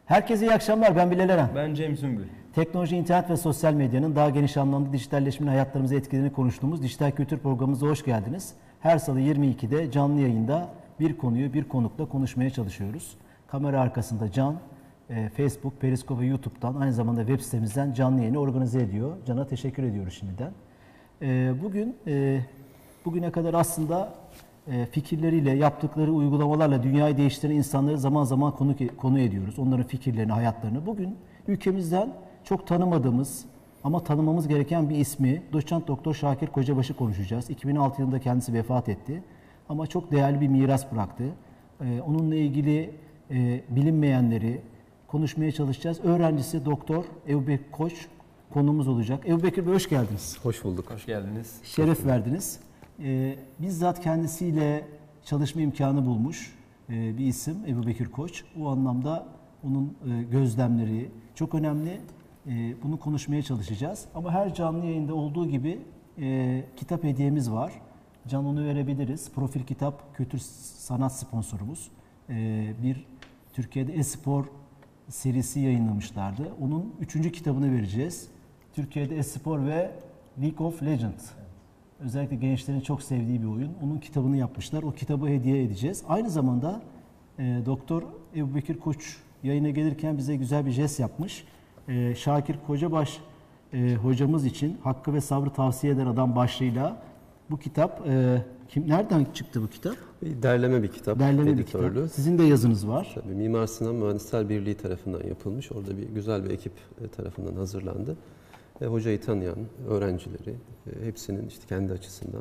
Herkese iyi akşamlar. Ben Bilal Eren. Ben Cem Sümbül. Teknoloji, internet ve sosyal medyanın daha geniş anlamda dijitalleşmenin hayatlarımıza etkilerini konuştuğumuz Dijital Kültür Programımıza hoş geldiniz. Her salı 22'de canlı yayında bir konuyu bir konukla konuşmaya çalışıyoruz. Kamera arkasında Can, Facebook, Periscope ve YouTube'dan aynı zamanda web sitemizden canlı yayını organize ediyor. Can'a teşekkür ediyoruz şimdiden. Bugüne kadar aslında fikirleriyle, yaptıkları uygulamalarla dünyayı değiştiren insanları zaman zaman konu ediyoruz. Onların fikirlerini, hayatlarını. Bugün ülkemizden çok tanımadığımız ama tanımamız gereken bir ismi Doçent Doktor Şakir Kocabaş'ı konuşacağız. 2006 yılında kendisi vefat etti. Ama çok değerli bir miras bıraktı. Onunla ilgili bilinmeyenleri konuşmaya çalışacağız. Öğrencisi Doktor Ebubekir Koç konuğumuz olacak. Ebubekir Bey hoş geldiniz. Hoş bulduk. Hoş geldiniz. Şeref verdiniz. Bizzat kendisiyle çalışma imkanı bulmuş bir isim Ebubekir Koç. Bu anlamda onun gözlemleri çok önemli. Bunu konuşmaya çalışacağız. Ama her canlı yayında olduğu gibi kitap hediyemiz var. Can onu verebiliriz. Profil Kitap kültür sanat sponsorumuz. Bir Türkiye'de e-spor serisi yayınlamışlardı. Onun 3. kitabını vereceğiz. Türkiye'de e-spor ve League of Legends. Özellikle gençlerin çok sevdiği bir oyun. Onun kitabını yapmışlar. O kitabı hediye edeceğiz. Aynı zamanda Doktor Ebubekir Koç yayına gelirken bize güzel bir jest yapmış. Şakir Kocabaş hocamız için Hakkı ve Sabrı Tavsiye Eden Adam başlığıyla bu kitap, nereden çıktı bu kitap? Derleme bir kitap. Derleme bir kitap. Sizin de yazınız var. Tabii, Mimar Sinan Mühendisler Birliği tarafından yapılmış. Orada güzel bir ekip tarafından hazırlandı. Hocayı tanıyan öğrencileri, hepsinin işte kendi açısından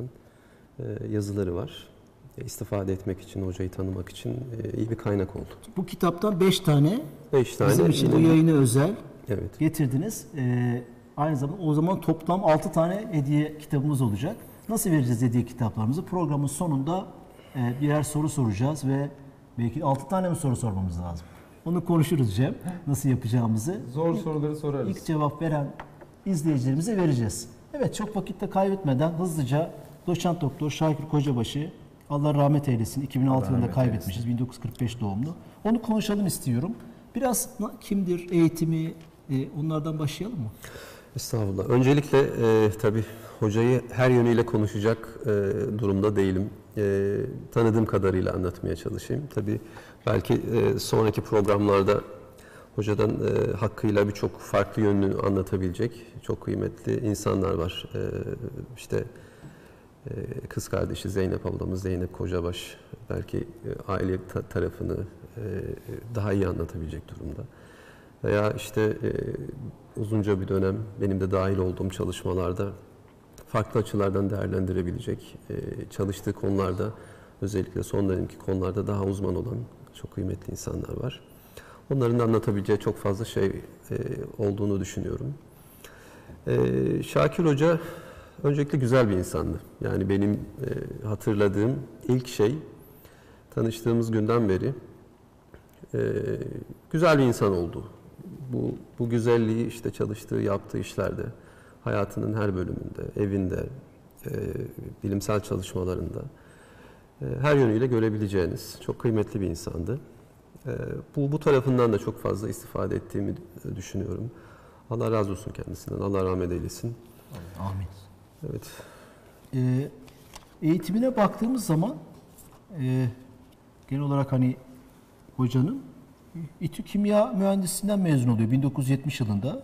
yazıları var. İstifade etmek için, hocayı tanımak için iyi bir kaynak oldu. Bu kitaptan 5 tane bizim için bu yayına özel getirdiniz. Aynı zamanda o zaman toplam 6 tane hediye kitabımız olacak. Nasıl vereceğiz hediye kitaplarımızı? Programın sonunda birer soru soracağız ve belki 6 tane mi soru sormamız lazım? Onu konuşuruz Cem. Nasıl yapacağımızı. Zor soruları sorarız. İlk cevap veren izleyicilerimize vereceğiz. Evet, çok vakitte kaybetmeden hızlıca Doçent Doktor Şakir Kocabaş'ı Allah rahmet eylesin. 2006 yılında kaybetmişiz. 1945 doğumlu. Onu konuşalım istiyorum. Biraz kimdir, eğitimi, onlardan başlayalım mı? Estağfurullah. Öncelikle tabii hocayı her yönüyle konuşacak durumda değilim. Tanıdığım kadarıyla anlatmaya çalışayım. Tabii belki sonraki programlarda hocadan hakkıyla birçok farklı yönünü anlatabilecek çok kıymetli insanlar var. İşte kız kardeşi Zeynep ablamız, Zeynep Kocabaş belki aile tarafını daha iyi anlatabilecek durumda. Veya işte uzunca bir dönem benim de dahil olduğum çalışmalarda farklı açılardan değerlendirebilecek, çalıştığı konularda özellikle son dönemki konularda daha uzman olan çok kıymetli insanlar var. Onların da anlatabileceği çok fazla şey olduğunu düşünüyorum. Şakir Hoca öncelikle güzel bir insandı. Yani benim hatırladığım ilk şey tanıştığımız günden beri güzel bir insan oldu. Bu güzelliği işte çalıştığı, yaptığı işlerde, hayatının her bölümünde, evinde, bilimsel çalışmalarında her yönüyle görebileceğiniz çok kıymetli bir insandı. Bu tarafından da çok fazla istifade ettiğimi düşünüyorum. Allah razı olsun kendisinden, Allah rahmet eylesin. Amin. Evet. Eğitimine baktığımız zaman genel olarak hani hocanın İTÜ Kimya Mühendisliğinden mezun oluyor 1970 yılında.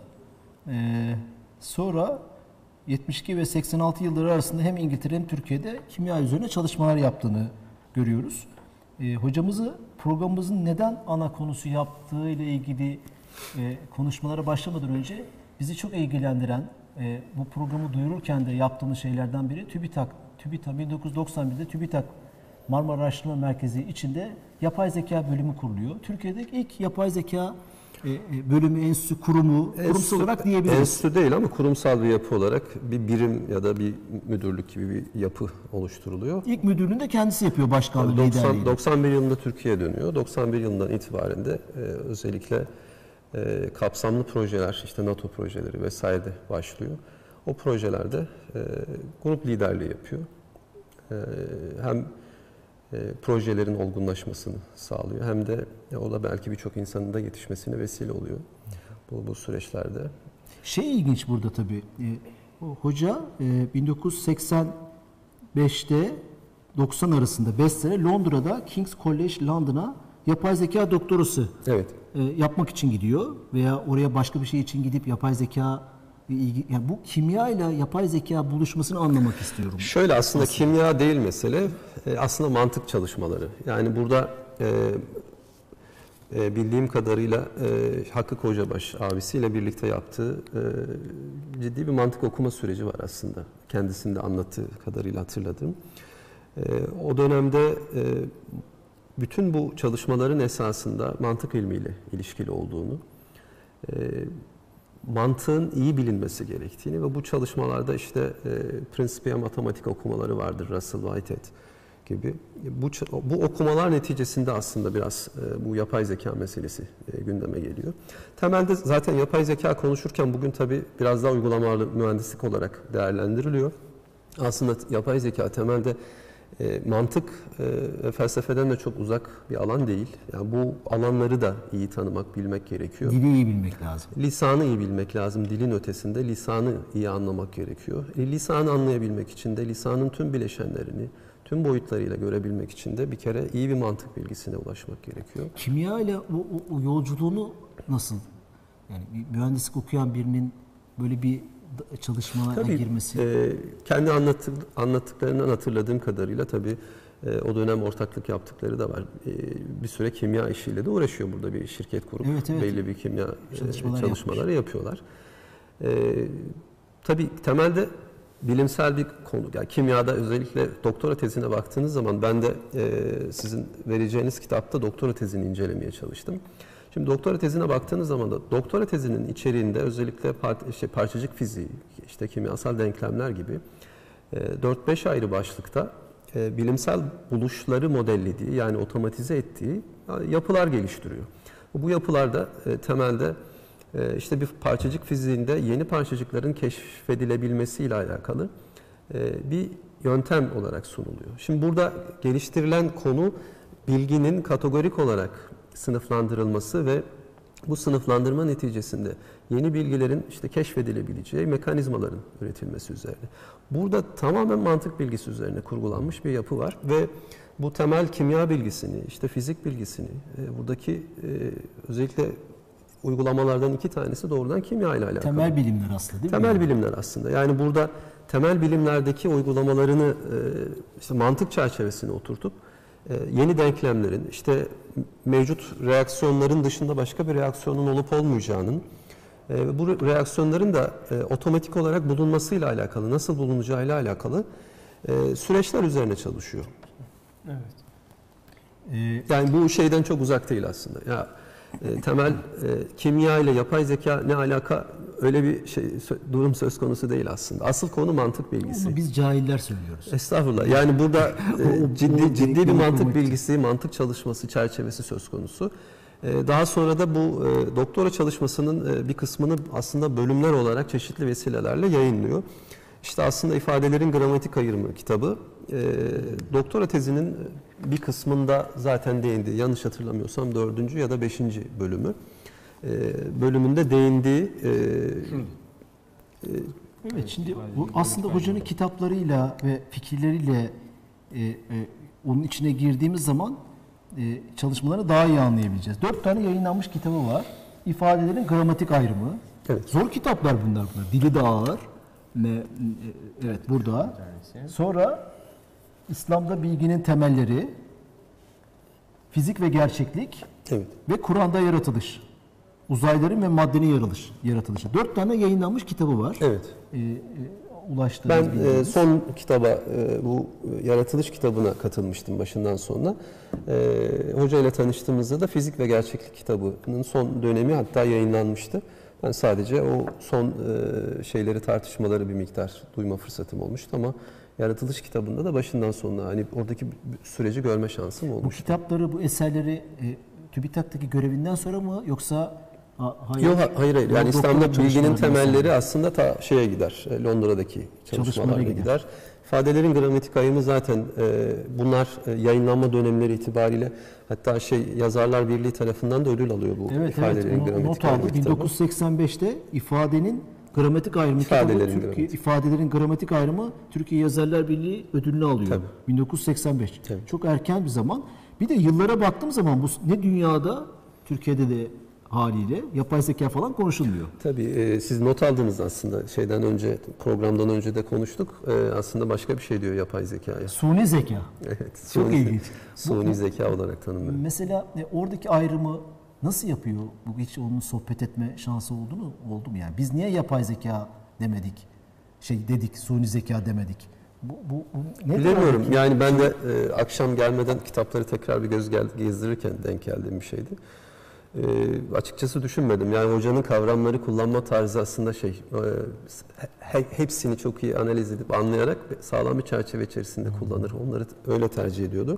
Sonra 72 ve 86 yılları arasında hem İngiltere hem Türkiye'de kimya üzerine çalışmalar yaptığını görüyoruz. Hocamızı programımızın neden ana konusu yaptığı ile ilgili konuşmalara başlamadan önce bizi çok ilgilendiren, bu programı duyururken de yaptığımız şeylerden biri TÜBİTAK 1991'de TÜBİTAK Marmara Araştırma Merkezi içinde yapay zeka bölümü kuruluyor. Türkiye'deki ilk yapay zeka bölümü, enstitü, kurumsal olarak diyebiliriz. Enstitü değil ama kurumsal bir yapı olarak bir birim ya da bir müdürlük gibi bir yapı oluşturuluyor. İlk müdürlüğünü de kendisi yapıyor, başkanlığı, liderliğini. 91 yılında Türkiye'ye dönüyor. 91 yılından itibaren de özellikle kapsamlı projeler, işte NATO projeleri vesaire de başlıyor. O projelerde grup liderliği yapıyor. Hem projelerin olgunlaşmasını sağlıyor. Hem de o da belki birçok insanın da yetişmesine vesile oluyor bu süreçlerde. Şey ilginç burada tabii. Hoca 1985'te 90 arasında 5 sene Londra'da King's College London'a yapay zeka doktorası yapmak için gidiyor veya oraya başka bir şey için gidip yapay zeka yani bu kimya ile yapay zeka buluşmasını anlamak istiyorum. Şöyle aslında kimya değil mesele, aslında mantık çalışmaları. Yani burada bildiğim kadarıyla Hakkı Kocabaş abisiyle birlikte yaptığı ciddi bir mantık okuma süreci var aslında. Kendisinin de anlattığı kadarıyla hatırladığım. O dönemde bütün bu çalışmaların esasında mantık ilmiyle ilişkili olduğunu, mantığın iyi bilinmesi gerektiğini ve bu çalışmalarda işte Principia Mathematica okumaları vardır, Russell Whitehead gibi. Bu okumalar neticesinde aslında biraz bu yapay zeka meselesi gündeme geliyor. Temelde zaten yapay zeka konuşurken bugün tabii biraz daha uygulamalı mühendislik olarak değerlendiriliyor. Aslında yapay zeka temelde mantık felsefeden de çok uzak bir alan değil. Yani bu alanları da iyi tanımak, bilmek gerekiyor. Dili iyi bilmek lazım. Lisanı iyi bilmek lazım. Dilin ötesinde lisanı iyi anlamak gerekiyor. Lisanı anlayabilmek için de lisanın tüm bileşenlerini, tüm boyutlarıyla görebilmek için de bir kere iyi bir mantık bilgisine ulaşmak gerekiyor. Kimya ile o yolculuğunu nasıl? Yani bir mühendislik okuyan birinin böyle bir çalışmaya girmesi. Kendi anlattıklarından hatırladığım kadarıyla tabii o dönem ortaklık yaptıkları da var. Bir süre kimya işiyle de uğraşıyor burada bir şirket kurup belli bir kimya çalışmaları yapıyorlar. Tabii temelde bilimsel bir konu. Yani kimyada özellikle doktora tezine baktığınız zaman ben de sizin vereceğiniz kitapta doktora tezini incelemeye çalıştım. Şimdi doktora tezine baktığınız zaman da doktora tezinin içeriğinde özellikle parçacık fiziği, işte kimyasal denklemler gibi 4-5 ayrı başlıkta bilimsel buluşları modellediği yani otomatize ettiği yapılar geliştiriyor. Bu yapılarda temelde işte bir parçacık fiziğinde yeni parçacıkların keşfedilebilmesiyle alakalı bir yöntem olarak sunuluyor. Şimdi burada geliştirilen konu bilginin kategorik olarak sınıflandırılması ve bu sınıflandırma neticesinde yeni bilgilerin işte keşfedilebileceği mekanizmaların üretilmesi üzerine. Burada tamamen mantık bilgisi üzerine kurgulanmış bir yapı var ve bu temel kimya bilgisini, işte fizik bilgisini, buradaki özellikle uygulamalardan 2 tanesi doğrudan kimya ile alakalı. Temel bilimler aslında değil mi? Temel bilimler aslında. Yani burada temel bilimlerdeki uygulamalarını işte mantık çerçevesine oturtup yeni denklemlerin, işte mevcut reaksiyonların dışında başka bir reaksiyonun olup olmayacağının, bu reaksiyonların da otomatik olarak bulunmasıyla alakalı, nasıl bulunacağıyla alakalı süreçler üzerine çalışıyor. Evet. Yani bu şeyden çok uzak değil aslında. Ya temel kimya ile yapay zeka ne alaka, öyle bir durum söz konusu değil aslında. Asıl konu mantık bilgisi. Onu biz cahiller söylüyoruz. Estağfurullah. Yani burada ciddi bir mantık bilgisi, mantık çalışması çerçevesi söz konusu. Daha sonra da bu doktora çalışmasının bir kısmını aslında bölümler olarak çeşitli vesilelerle yayınlıyor. İşte aslında ifadelerin gramatik ayrımı kitabı doktora tezinin bir kısmında zaten değindi. Yanlış hatırlamıyorsam 4. ya da 5. bölümü. Bölümünde değindiği evet, şimdi bu aslında hocanın kitaplarıyla ve fikirleriyle onun içine girdiğimiz zaman çalışmalarını daha iyi anlayabileceğiz. 4 tane yayınlanmış kitabı var. İfadelerin gramatik ayrımı. Evet. Zor kitaplar bunlar. Dili de ağır. Evet, burada. Sonra İslam'da bilginin temelleri, fizik ve gerçeklik ve Kur'an'da yaratılış. Uzayların ve maddenin yaratılışı. 4 tane yayınlanmış kitabı var. Evet. Ulaştığımız ben son kitaba, bu yaratılış kitabına katılmıştım başından sonuna. Hoca ile tanıştığımızda da fizik ve gerçeklik kitabının son dönemi hatta yayınlanmıştı. Ben sadece o son tartışmaları bir miktar duyma fırsatım olmuştu ama yaratılış kitabında da başından sonuna hani oradaki süreci görme şansım olmuş. Bu kitapları, bu eserleri TÜBİTAK'taki görevinden sonra mı yoksa hayır? Yok, hayır. Yani İslam'da bilginin temelleri aslında ta şeye gider. Londra'daki çalışmalarına gider. İfadelerin gramatik ayrımı zaten bunlar yayınlanma dönemleri itibariyle, hatta Yazarlar Birliği tarafından da ödül alıyor bu ifadelerin gramatik not ayrımı aldım. kitabı. 1985'te ifadenin gramatik ayrımı ifadelerin gramatik ayrımı Türkiye Yazarlar Birliği ödülünü alıyor. Tabii. 1985. Tabii. Çok erken bir zaman. Bir de yıllara baktığım zaman bu ne dünyada, Türkiye'de de haliyle yapay zeka falan konuşulmuyor. Tabii siz not aldınız aslında, programdan önce de konuştuk. Aslında başka bir şey diyor yapay zekaya. Suni zeka. Evet. Çok ilginç. Suni zeka olarak tanımlıyor. Mesela oradaki ayrımı nasıl yapıyor? Bu hiç onun sohbet etme şansı oldu mu yani? Biz niye yapay zeka demedik? Dedik, suni zeka demedik. Bu ne bilemiyorum. Yani ben de akşam gelmeden kitapları tekrar bir göz gezdirirken denk geldiğim bir şeydi. Açıkçası düşünmedim. Yani hocanın kavramları kullanma tarzı aslında hepsini çok iyi analiz edip anlayarak sağlam bir çerçeve içerisinde kullanır. Onları öyle tercih ediyordu.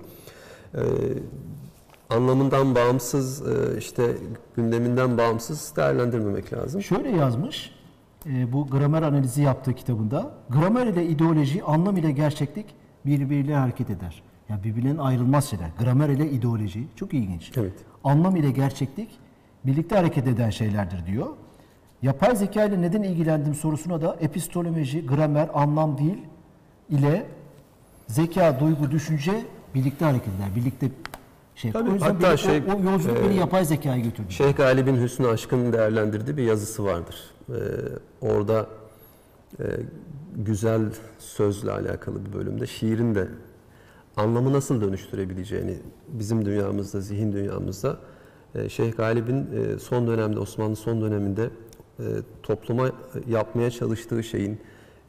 Anlamından bağımsız, gündeminden bağımsız değerlendirmemek lazım. Şöyle yazmış, bu gramer analizi yaptığı kitabında, gramer ile ideoloji, anlam ile gerçeklik birbiriyle hareket eder. Yani birbirlerinin ayrılmaz şeyler. Gramer ile ideoloji, çok ilginç. Evet. Anlam ile gerçeklik birlikte hareket eden şeylerdir diyor. Yapay zeka ile neden ilgilendim sorusuna da epistemoloji, gramer, anlam, dil ile zeka, duygu, düşünce birlikte hareket eder. Birlikte Tabii, o yüzden hatta o yolculuk beni yapay zekaya götürdü. Şeyh Galip'in Hüsnü Aşk'ın değerlendirdiği bir yazısı vardır. Orada güzel sözle alakalı bir bölümde şiirin de anlamı nasıl dönüştürebileceğini bizim dünyamızda, zihin dünyamızda Şeyh Galip'in son dönemde, Osmanlı son döneminde topluma yapmaya çalıştığı şeyin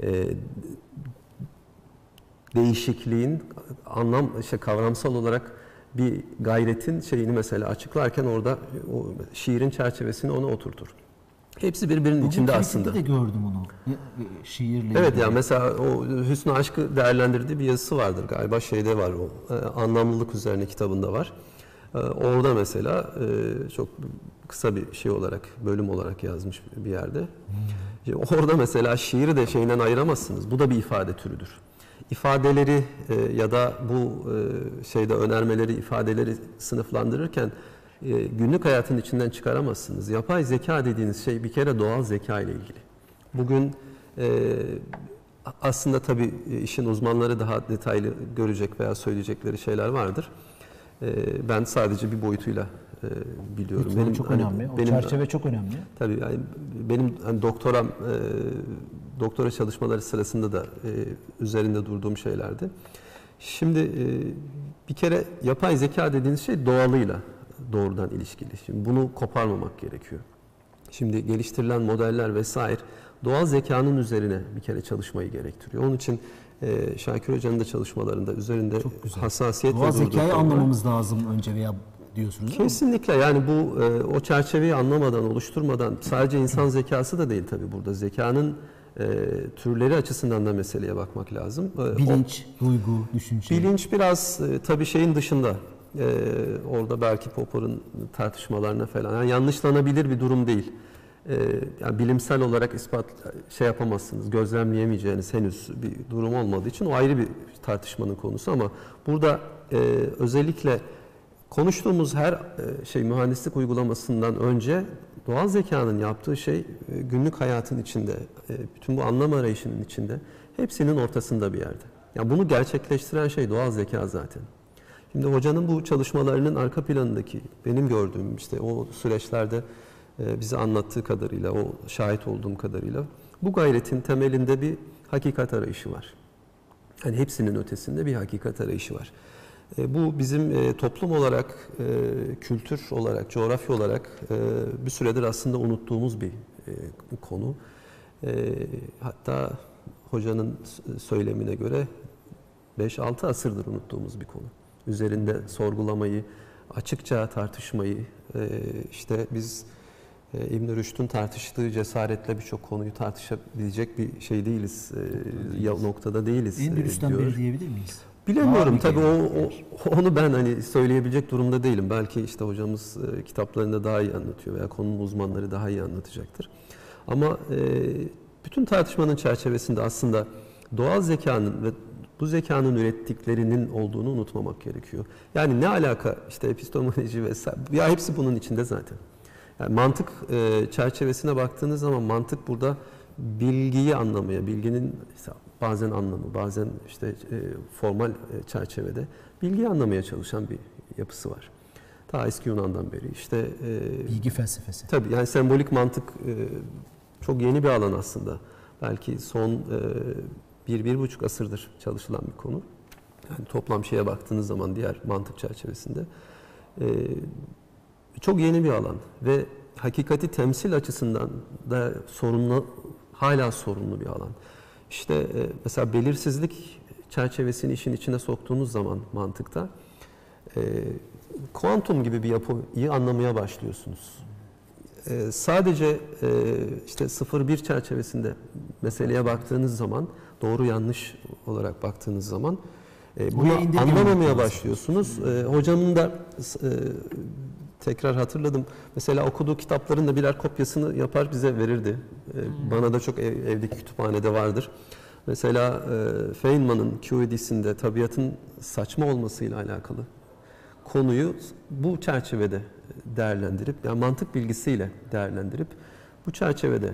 değişikliğin kavramsal olarak bir gayretin mesela açıklarken orada o şiirin çerçevesini ona oturtur. Hepsi birbirinin içinde aslında. Bugün de gördüm onu. Şiirle. Evet, yani mesela o Hüsnü Aşk'ı değerlendirdiği bir yazısı vardır galiba, var o. Anlamlılık üzerine kitabında var. Orada mesela çok kısa bir bölüm olarak yazmış bir yerde. Orada mesela şiiri de şeyden ayıramazsınız. Bu da bir ifade türüdür. İfadeleri ya da bu önermeleri, ifadeleri sınıflandırırken günlük hayatın içinden çıkaramazsınız. Yapay zeka dediğiniz şey bir kere doğal zeka ile ilgili. Bugün aslında tabii işin uzmanları daha detaylı görecek veya söyleyecekleri şeyler vardır. Ben sadece bir boyutuyla biliyorum. Benim çok önemli. O çerçeve çok önemli. Tabii yani benim doktora çalışmaları sırasında da üzerinde durduğum şeylerdi. Şimdi bir kere yapay zeka dediğiniz şey doğalıyla doğrudan ilişkili. Şimdi bunu koparmamak gerekiyor. Şimdi geliştirilen modeller vesaire doğal zekanın üzerine bir kere çalışmayı gerektiriyor. Onun için Şakir Hoca'nın da çalışmalarında üzerinde hassasiyetle doğal zekayı anlamamız lazım önce veya diyorsunuz. Kesinlikle, yani bu o çerçeveyi anlamadan, oluşturmadan, sadece insan zekası da değil tabii burada. Zekanın türleri açısından da meseleye bakmak lazım. Bilinç, duygu, düşünce. Bilinç biraz tabii şeyin dışında. Orada belki Popper'ın tartışmalarına falan. Yani yanlışlanabilir bir durum değil. Yani bilimsel olarak yapamazsınız, gözlemleyemeyeceğiniz henüz bir durum olmadığı için o ayrı bir tartışmanın konusu, ama burada özellikle konuştuğumuz her mühendislik uygulamasından önce doğal zekanın yaptığı şey günlük hayatın içinde, bütün bu anlam arayışının içinde, hepsinin ortasında bir yerde. Yani bunu gerçekleştiren şey doğal zeka zaten. Şimdi hocanın bu çalışmalarının arka planındaki benim gördüğüm o süreçlerde bize anlattığı kadarıyla, o şahit olduğum kadarıyla bu gayretin temelinde bir hakikat arayışı var. Yani hepsinin ötesinde bir hakikat arayışı var. Bu bizim toplum olarak, kültür olarak, coğrafya olarak bir süredir aslında unuttuğumuz bir konu. Hatta hocanın söylemine göre 5-6 asırdır unuttuğumuz bir konu. Üzerinde sorgulamayı, açıkça tartışmayı, biz İbn Rüşd'ün tartıştığı cesaretle birçok konuyu tartışabilecek bir değiliz, noktada değiliz. Endülüs'ten beri diyebilir miyiz? Bilemiyorum tabii, onu ben söyleyebilecek durumda değilim. Belki hocamız kitaplarında daha iyi anlatıyor veya konunun uzmanları daha iyi anlatacaktır. Ama bütün tartışmanın çerçevesinde aslında doğal zekanın ve bu zekanın ürettiklerinin olduğunu unutmamak gerekiyor. Yani ne alaka işte epistemoloji vesaire, ya hepsi bunun içinde zaten. Yani mantık çerçevesine baktığınız zaman mantık burada bilgiyi anlamaya, bilginin işte bazen anlamı, bazen işte formal çerçevede bilgiyi anlamaya çalışan bir yapısı var. Ta eski Yunan'dan beri işte bilgi felsefesi. Tabii yani sembolik mantık çok yeni bir alan aslında. Belki son 1-1,5 asırdır çalışılan bir konu. Yani toplam şeye baktığınız zaman diğer mantık çerçevesinde çok yeni bir alan ve hakikati temsil açısından da hala sorunlu bir alan. İşte mesela belirsizlik çerçevesini işin içine soktuğunuz zaman mantıkta kuantum gibi bir yapıyı anlamaya başlıyorsunuz. Sadece işte 0-1 çerçevesinde meseleye baktığınız zaman, doğru yanlış olarak baktığınız zaman bunu anlamamaya başlıyorsunuz. Hocamın da tekrar hatırladım. Mesela okuduğu kitapların da birer kopyasını yapar bize verirdi. Bana da çok evdeki kütüphanede vardır. Mesela Feynman'ın QED'sinde tabiatın saçma olmasıyla alakalı konuyu bu çerçevede değerlendirip, yani mantık bilgisiyle değerlendirip bu çerçevede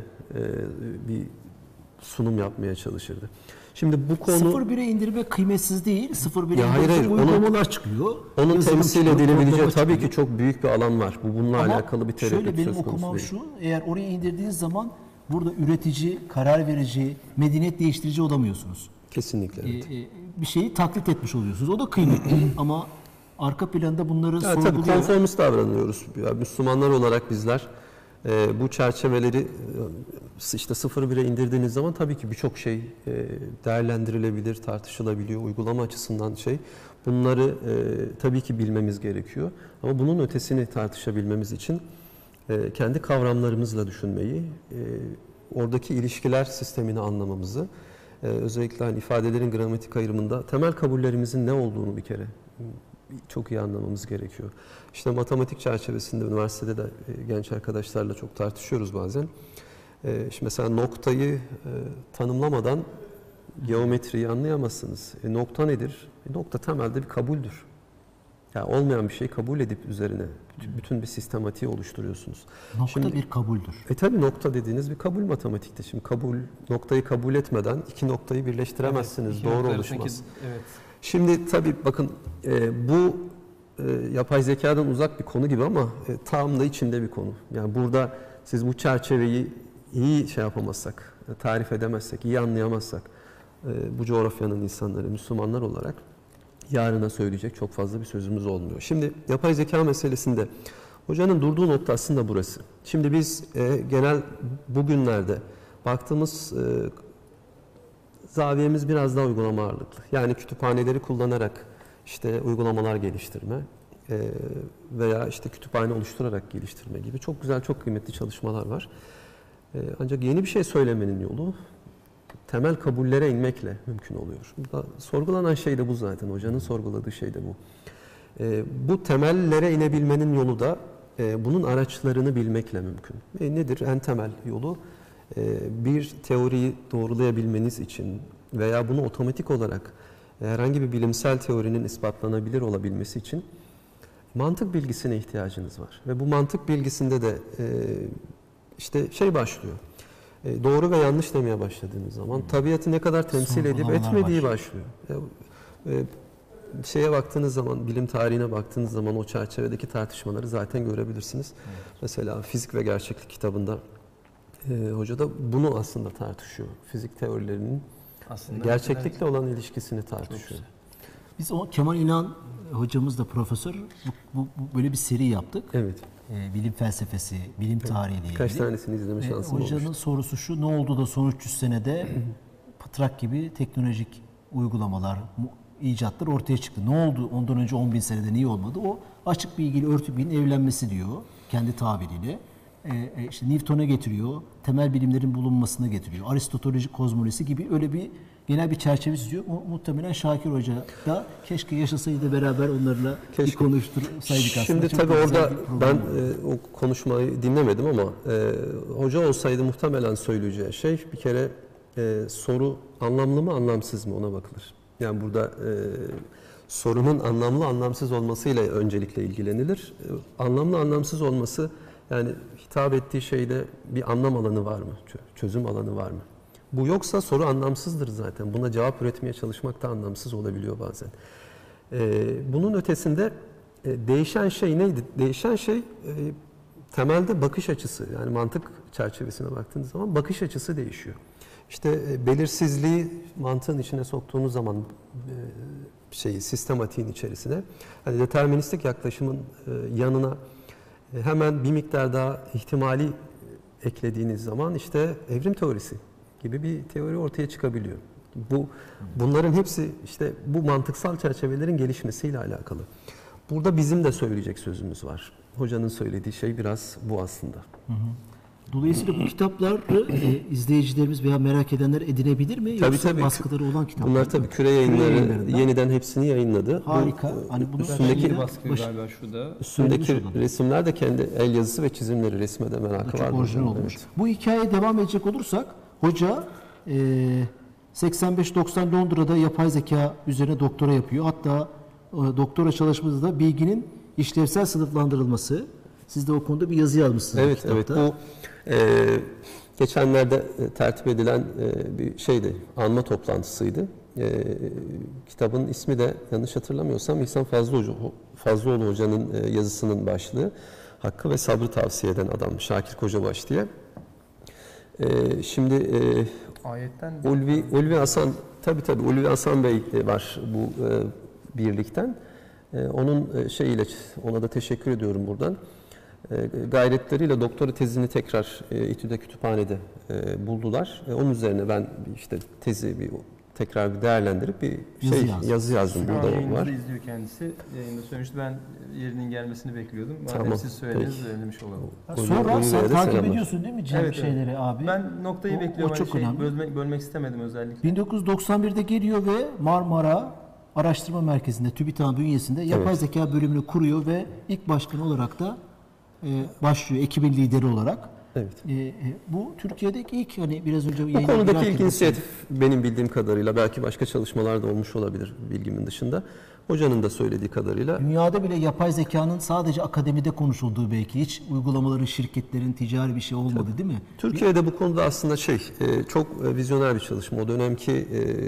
bir sunum yapmaya çalışırdı. Şimdi bu konu 0-1'e indirme kıymetsiz değil. 0-1'e hayır, uygulamalar çıkıyor. Onun temsil edilebileceği tabii ki çıkıyor. çok büyük bir alan var. Bu bununla Ama alakalı bir tereddüt şöyle benim söz konusu okumam değil. şu, eğer oraya indirdiğiniz zaman burada üretici, karar verici, medeniyet değiştirici olamıyorsunuz. Kesinlikle. Evet. Bir şeyi taklit etmiş oluyorsunuz. O da kıymetli ama arka planda bunları Tabii sorguluyor. konformist davranıyoruz. Yani Müslümanlar olarak bizler bu çerçeveleri işte 0-1'e indirdiğiniz zaman tabii ki birçok şey değerlendirilebilir, tartışılabiliyor. Uygulama açısından bunları tabii ki bilmemiz gerekiyor. Ama bunun ötesini tartışabilmemiz için kendi kavramlarımızla düşünmeyi, oradaki ilişkiler sistemini anlamamızı, özellikle hani ifadelerin gramatik ayrımında temel kabullerimizin ne olduğunu bir kere çok iyi anlamamız gerekiyor. İşte matematik çerçevesinde üniversitede de genç arkadaşlarla çok tartışıyoruz bazen. Şimdi mesela noktayı tanımlamadan geometriyi anlayamazsınız. Nokta nedir? Nokta temelde bir kabuldür. Yani olmayan bir şeyi kabul edip üzerine bütün bir sistematiği oluşturuyorsunuz. Nokta bir kabuldür. Tabii nokta dediğiniz bir kabul matematikte. Şimdi noktayı kabul etmeden iki noktayı birleştiremezsiniz. Evet, doğru oluşmaz. Evet. Şimdi tabii bakın bu yapay zekadan uzak bir konu gibi ama tam da içinde bir konu. Yani burada siz bu çerçeveyi iyi yapamazsak, tarif edemezsek, iyi anlayamazsak bu coğrafyanın insanları, Müslümanlar olarak yarına söyleyecek çok fazla bir sözümüz olmuyor. Şimdi yapay zeka meselesinde hocanın durduğu nokta aslında burası. Şimdi biz genel bugünlerde baktığımız zaviyemiz biraz daha uygulama ağırlıklı. Yani kütüphaneleri kullanarak işte uygulamalar geliştirme veya işte kütüphane oluşturarak geliştirme gibi çok güzel, çok kıymetli çalışmalar var. Ancak yeni bir şey söylemenin yolu temel kabullere inmekle mümkün oluyor. Burada sorgulanan şey de bu zaten. Hocanın sorguladığı şey de bu. Bu temellere inebilmenin yolu da bunun araçlarını bilmekle mümkün. Nedir en temel yolu? Bir teoriyi doğrulayabilmeniz için veya bunu otomatik olarak herhangi bir bilimsel teorinin ispatlanabilir olabilmesi için mantık bilgisine ihtiyacınız var. Ve bu mantık bilgisinde de işte başlıyor. Doğru ve yanlış demeye başladığınız zaman tabiatı ne kadar temsil edip etmediği başlıyor. Şeye baktığınız zaman, bilim tarihine baktığınız zaman o çerçevedeki tartışmaları zaten görebilirsiniz. Evet. Mesela Fizik ve Gerçeklik kitabında hoca da bunu aslında tartışıyor. Fizik teorilerinin aslında gerçeklikle olan ilişkisini tartışıyor. Biz Kemal İnan hocamız da profesör böyle bir seri yaptık. Evet. Bilim felsefesi, bilim tarihi ile ilgili. Kaç tanesini izleme şansım olmuştu. Hocanın sorusu şu: ne oldu da son 300 senede pıtrak gibi teknolojik uygulamalar, icatlar ortaya çıktı? Ne oldu ondan önce 10.000 senede niye olmadı? O açık bilgiyle örtük bilginin evlenmesi diyor kendi tabiriyle. İşte Newton'a getiriyor, temel bilimlerin bulunmasına getiriyor. Aristotelojik kozmolojisi gibi öyle bir genel bir çerçeve çiziyor. Muhtemelen Şakir Hoca da keşke yaşasaydı, beraber onlarla bir konuştursaydık aslında. Şimdi tabii orada ben o konuşmayı dinlemedim ama hoca olsaydı muhtemelen söyleyeceği şey bir kere soru anlamlı mı anlamsız mı ona bakılır. Yani burada sorunun anlamlı anlamsız olmasıyla öncelikle ilgilenilir. Anlamlı anlamsız olması, yani hitap ettiği şeyde bir anlam alanı var mı? Çözüm alanı var mı? Bu yoksa soru anlamsızdır zaten. Buna cevap üretmeye çalışmak da anlamsız olabiliyor bazen. Bunun ötesinde değişen şey neydi? Değişen şey temelde bakış açısı. Yani mantık çerçevesine baktığınız zaman bakış açısı değişiyor. İşte belirsizliği mantığın içine soktuğunuz zaman sistematiğin içerisine, hani deterministik yaklaşımın yanına hemen bir miktar daha ihtimali eklediğiniz zaman işte evrim teorisi gibi bir teori ortaya çıkabiliyor. Bunların hepsi işte bu mantıksal çerçevelerin gelişmesiyle alakalı. Burada bizim de söyleyecek sözümüz var. Hocanın söylediği şey biraz bu aslında. Dolayısıyla bu kitapları izleyicilerimiz veya merak edenler edinebilir mi? Yoksa Tabii. baskıları olan kitaplar Bunlar mı? tabii Küre Yayınları yeniden hepsini yayınladı. Harika. Hani bunu üstündeki galiba şurada. üstündeki resimler de kendi el yazısı ve çizimleri, resme de merakı var. Çok orijinal olmuş. Evet. Bu hikayeye devam edecek olursak, hoca 85-90 Londra'da yapay zeka üzerine doktora yapıyor. Hatta doktora çalışmanızda bilginin işlevsel sınıflandırılması. Siz de o konuda bir yazı yazmışsınız. Evet, evet. Bu geçenlerde tertip edilen bir şeydi, anma toplantısıydı. Kitabın ismi de yanlış hatırlamıyorsam İhsan Fazlıoğlu Hoca'nın yazısının başlığı. Hakkı ve sabrı tavsiye eden adam Şakir Kocabaş diye. Şimdi Ayetten Ulvi Hasan, tabii Ulvi Hasan Bey var bu birlikten. Onun ona da teşekkür ediyorum buradan. Gayretleriyle doktora tezini tekrar İTÜ'de kütüphanede buldular. Onun üzerine ben işte tezi tekrar bir değerlendirip bir yazı yazdım. Burada yayınları var. izliyor kendisi. Yayında söylemişti. Ben yerinin gelmesini bekliyordum. Madem Tamam. siz söylediniz söylemiş olalım. Sonra sen takip selamlar. ediyorsun değil mi Cem şeyleri abi? Ben noktayı O bekliyorum. çok önemli. Bölmek istemedim özellikle. 1991'de geliyor ve Marmara Araştırma Merkezi'nde, TÜBİTAK bünyesinde yapay zeka bölümünü kuruyor ve ilk başkan olarak da başlıyor, ekibin lideri olarak. Evet. Bu Türkiye'deki ilk, hani biraz önce Bu konudaki ilk inisiyatif benim bildiğim kadarıyla, belki başka çalışmalar da olmuş olabilir bilgimin dışında. Hocanın da söylediği kadarıyla. Dünyada bile yapay zekanın sadece akademide konuşulduğu, belki hiç uygulamaların, şirketlerin ticari bir şey olmadı değil mi? Türkiye'de bu konuda aslında çok vizyoner bir çalışma. O dönemki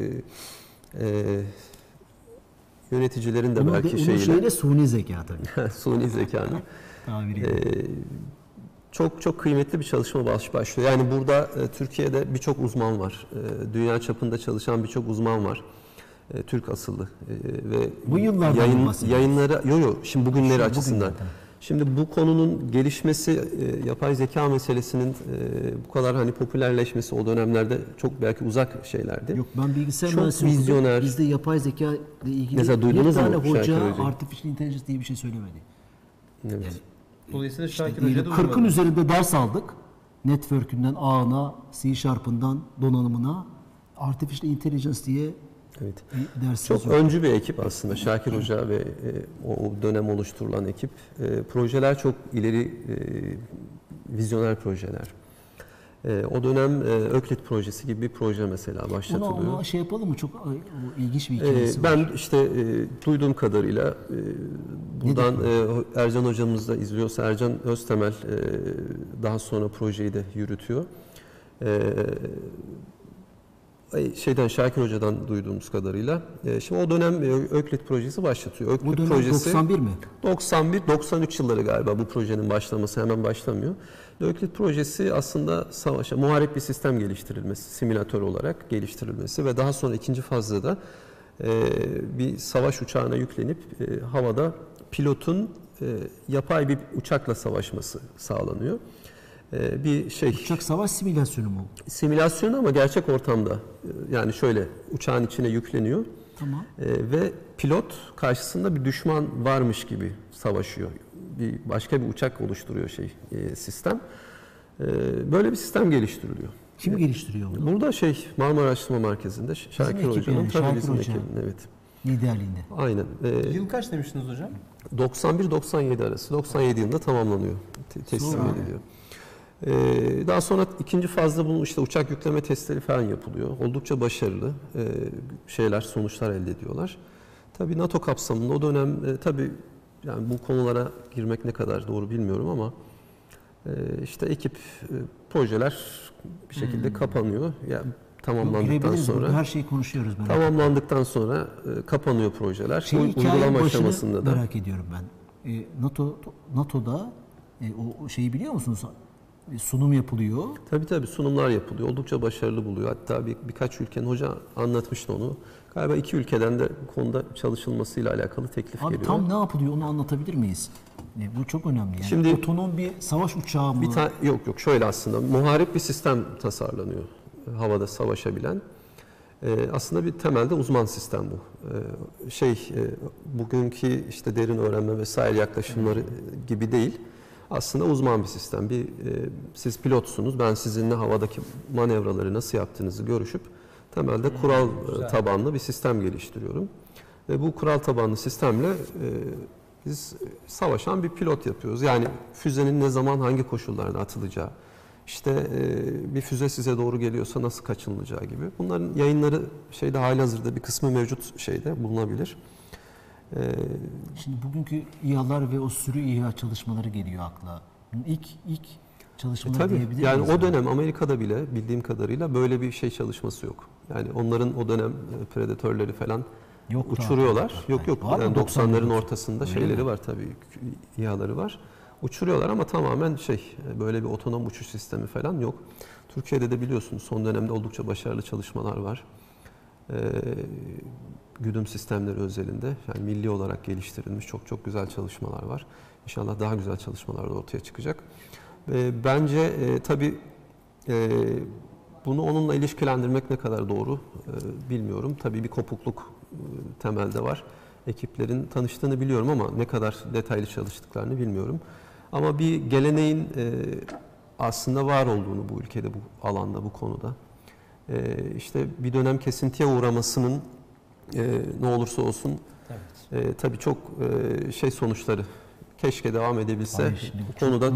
yöneticilerin de belki şeyle suni zeka tabii. suni zekanın tabiriyle. Çok kıymetli bir çalışma başlıyor. Yani burada Türkiye'de birçok uzman var. Dünya çapında çalışan birçok uzman var. Türk asıllı ve bu yıllardan yayınları şimdi bugünleri açısından. Şimdi bu konunun gelişmesi, yapay zeka meselesinin bu kadar hani popülerleşmesi o dönemlerde çok belki uzak şeylerdi. Yok, ben bilgisayar çok mühendisliği vizyoner. Bizde yapay zeka ile ilgili mesela duydunuz bir tane mu hoca artificial intelligence diye bir şey söylemedi. Evet. Yani, Dolayısıyla işte Şakir Hoca da 40'ın üzerinde ders aldık. Network'ünden ağına, C#'ından donanımına artificial intelligence diye Evet. bir ders Çok öncü bir ekip aslında Şakir Hoca ve o dönem oluşturulan ekip. Projeler çok ileri vizyoner projeler. O dönem Öklit projesi gibi bir proje mesela başlatılıyor. Ona şey yapalım mı? Çok ilginç bir hikayesi ben var. işte duyduğum kadarıyla buradan Ercan hocamız da izliyorsa, Ercan Öztemel daha sonra projeyi de yürütüyor. Şakir Hoca'dan duyduğumuz kadarıyla. Şimdi o dönem Öklit projesi başlatıyor. Öklit O dönem projesi 91 mi? 91-93 yılları galiba bu projenin başlaması, hemen başlamıyor. Öklit projesi aslında savaşa, muharip bir sistem geliştirilmesi, simülatör olarak geliştirilmesi ve daha sonra ikinci fazda da bir savaş uçağına yüklenip havada pilotun yapay bir uçakla savaşması sağlanıyor. Uçak savaş simülasyonu mu? Simülasyon ama gerçek ortamda. Yani şöyle, uçağın içine yükleniyor. Tamam. Ve pilot karşısında bir düşman varmış gibi savaşıyor. Başka bir uçak oluşturuyor sistem. Böyle bir sistem geliştiriliyor. Kim geliştiriyor bunu? Burada Marmara Araştırma Merkezi'nde Şakir Hoca'nın, yani, tabii bizim Şakir Hoca. ekibin, evet. Liderliğinde. Aynen. Yıl kaç demiştiniz hocam? 91-97 arası. 97 yılında tamamlanıyor. Teslim ediliyor. Daha sonra ikinci fazda bunun işte uçak yükleme testleri falan yapılıyor. Oldukça başarılı sonuçlar elde ediyorlar. Tabii NATO kapsamında o dönem tabii yani bu konulara girmek ne kadar doğru bilmiyorum ama işte projeler bir şekilde kapanıyor. Yani tamamlandıktan sonra her şeyi konuşuyoruz. Tamamlandıktan sonra kapanıyor projeler. Uygulama aşamasında da. Merak ediyorum ben. NATO'da o şeyi biliyor musunuz? Sunum yapılıyor. Tabii sunumlar yapılıyor. Oldukça başarılı buluyor. Hatta birkaç ülkenin hoca anlatmıştı onu. Galiba 2 ülkeden de bu konuda çalışılmasıyla alakalı teklif geliyor. Tam ne yapılıyor onu anlatabilir miyiz? Bu çok önemli. Yani şimdi otonom bir savaş uçağı mı? Yok şöyle aslında muharip bir sistem tasarlanıyor. Havada savaşabilen. Aslında bir temelde uzman sistem bu. Bugünkü işte derin öğrenme vesaire yaklaşımları gibi değil. Aslında uzman bir sistem. Siz pilotsunuz. Ben sizinle havadaki manevraları nasıl yaptığınızı görüşüp temelde kural tabanlı bir sistem geliştiriyorum. Ve bu kural tabanlı sistemle biz savaşan bir pilot yapıyoruz. Yani füzenin ne zaman hangi koşullarda atılacağı, işte bir füze size doğru geliyorsa nasıl kaçınılacağı gibi. Bunların yayınları halihazırda bir kısmı mevcut bulunabilir. Şimdi bugünkü İHA'lar ve o sürü İHA çalışmaları geliyor akla. İlk çalışmaları diyebilir miyiz? Yani o dönem Amerika'da bile bildiğim kadarıyla böyle bir çalışması yok. Yani onların o dönem predatörleri falan uçuruyorlar. Yok. Yani 90'ların ortasında şeyleri var tabii. İHA'ları var. Uçuruyorlar ama tamamen böyle bir otonom uçuş sistemi falan yok. Türkiye'de de biliyorsunuz son dönemde oldukça başarılı çalışmalar var. Güdüm sistemleri özelinde yani milli olarak geliştirilmiş çok güzel çalışmalar var. İnşallah daha güzel çalışmalar da ortaya çıkacak. Bence tabii bunu onunla ilişkilendirmek ne kadar doğru bilmiyorum. Tabii bir kopukluk temelde var. Ekiplerin tanıştığını biliyorum ama ne kadar detaylı çalıştıklarını bilmiyorum. Ama bir geleneğin aslında var olduğunu bu ülkede, bu alanda, bu konuda. İşte bir dönem kesintiye uğramasının ne olursa olsun tabii çok sonuçları keşke devam edebilse. Bu konuda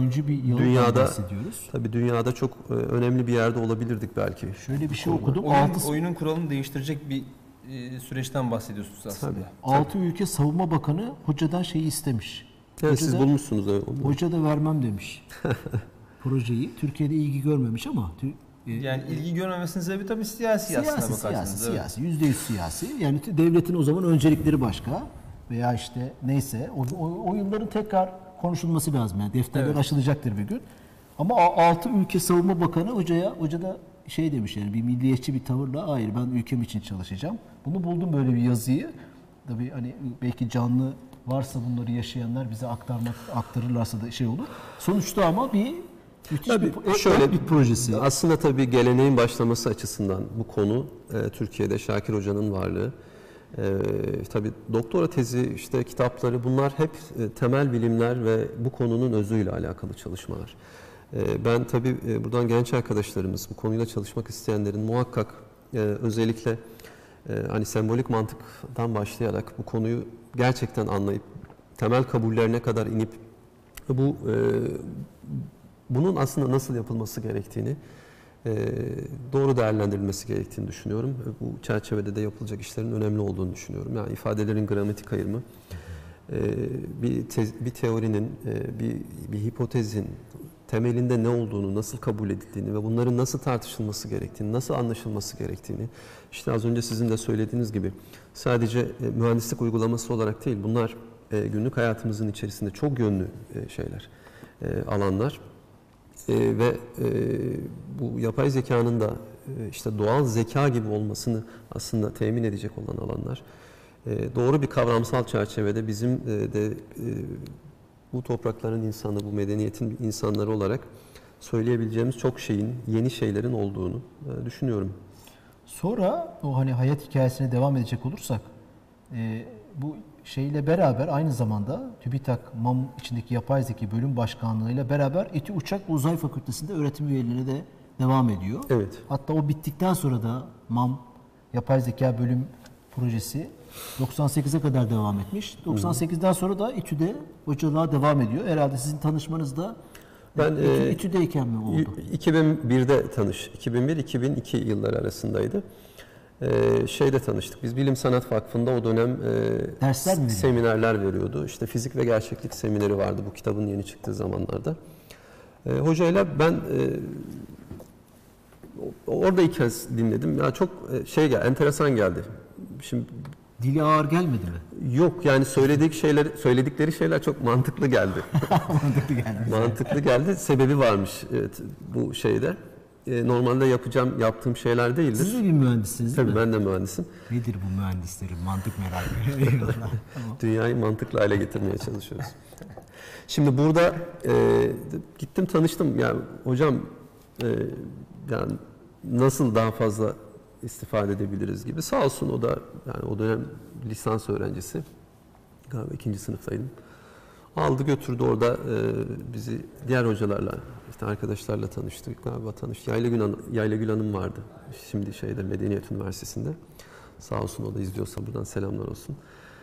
dünyada çok önemli bir yerde olabilirdik belki. Şöyle bir şey okudum. Oyunun kuralını değiştirecek bir süreçten bahsediyorsunuz aslında. Tabii. 6 ülke savunma bakanı hocadan istemiş. Evet, siz bulmuşsunuz onu. Hoca da vermem demiş. Projeyi. Türkiye'de ilgi görmemiş ama yani ilgi görmemesinin sebebi tabii siyasi aslında bakarsanız. Siyasi, %100 siyasi. Yani devletin o zaman öncelikleri başka veya işte neyse o yılların tekrar konuşulması lazım. Yani defterler açılacaktır bir gün. Ama 6 ülke savunma bakanı hoca da demiş yani bir milliyetçi bir tavırla hayır ben ülkem için çalışacağım. Bunu buldum böyle bir yazıyı. Tabii hani belki canlı varsa bunları yaşayanlar bize aktarırlarsa da olur. Sonuçta ama bir müthiş bir projesi. Aslında tabii geleneğin başlaması açısından bu konu Türkiye'de Şakir Hoca'nın varlığı. Tabii doktora tezi, kitapları bunlar hep temel bilimler ve bu konunun özüyle alakalı çalışmalar. Ben tabii buradan genç arkadaşlarımız, bu konuyla çalışmak isteyenlerin muhakkak özellikle hani sembolik mantıktan başlayarak bu konuyu gerçekten anlayıp temel kabullerine kadar inip bunun aslında nasıl yapılması gerektiğini doğru değerlendirilmesi gerektiğini düşünüyorum. Bu çerçevede de yapılacak işlerin önemli olduğunu düşünüyorum. Yani ifadelerin gramatik ayrımı, bir teorinin, bir hipotezin temelinde ne olduğunu, nasıl kabul edildiğini ve bunların nasıl tartışılması gerektiğini, nasıl anlaşılması gerektiğini, az önce sizin de söylediğiniz gibi sadece mühendislik uygulaması olarak değil, bunlar günlük hayatımızın içerisinde çok yönlü alanlar. Ve bu yapay zekanın da doğal zeka gibi olmasını aslında temin edecek olan alanlar. Doğru bir kavramsal çerçevede bizim de bu toprakların insanı, bu medeniyetin insanları olarak söyleyebileceğimiz çok yeni şeylerin olduğunu düşünüyorum. Sonra o hayat hikayesine devam edecek olursak bu beraber aynı zamanda TÜBİTAK MAM içindeki yapay zeka bölüm başkanlığıyla beraber İTÜ Uçak Uzay Fakültesi'nde öğretim üyelerine de devam ediyor. Evet. Hatta o bittikten sonra da MAM yapay zeka bölüm projesi 98'e kadar devam etmiş. 98'den sonra da İTÜ'de hocalığa devam ediyor. Herhalde sizin tanışmanız da Ben İTÜ'deyken mi oldu? 2001'de 2001-2002 yılları arasındaydı. Şeyde tanıştık. Biz Bilim Sanat Vakfı'nda o dönem Dersler mi veriyordu? seminerler veriyordu. İşte fizik ve gerçeklik semineri vardı bu kitabın yeni çıktığı zamanlarda. Hocayla ben orada ilk kez dinledim. Ya çok enteresan geldi. Şimdi Dili ağır gelmedi mi? yok yani söyledikleri şeyler çok mantıklı geldi. Mantıklı geldi. Mantıklı geldi. Sebebi varmış bu şeyde. Normalde yaptığım şeyler değildir. Siz de bir mühendissiniz değil Tabii mi? ben de mühendisim. Nedir bu mühendislerin mantık merakı? Eyvallah. Tamam. Dünyayı mantıklı hale getirmeye çalışıyoruz. Şimdi burada gittim tanıştım. Yani hocam yani nasıl daha fazla istifade edebiliriz gibi. Sağ olsun o da yani o dönem lisans öğrencisi. Galiba 2. sınıftaydım. Aldı götürdü orada bizi diğer hocalarla, işte arkadaşlarla tanıştık. Galiba tanıştık. Yaylagül Hanım vardı. Şimdi Medeniyet Üniversitesi'nde. Sağ olsun o da izliyorsa buradan selamlar olsun.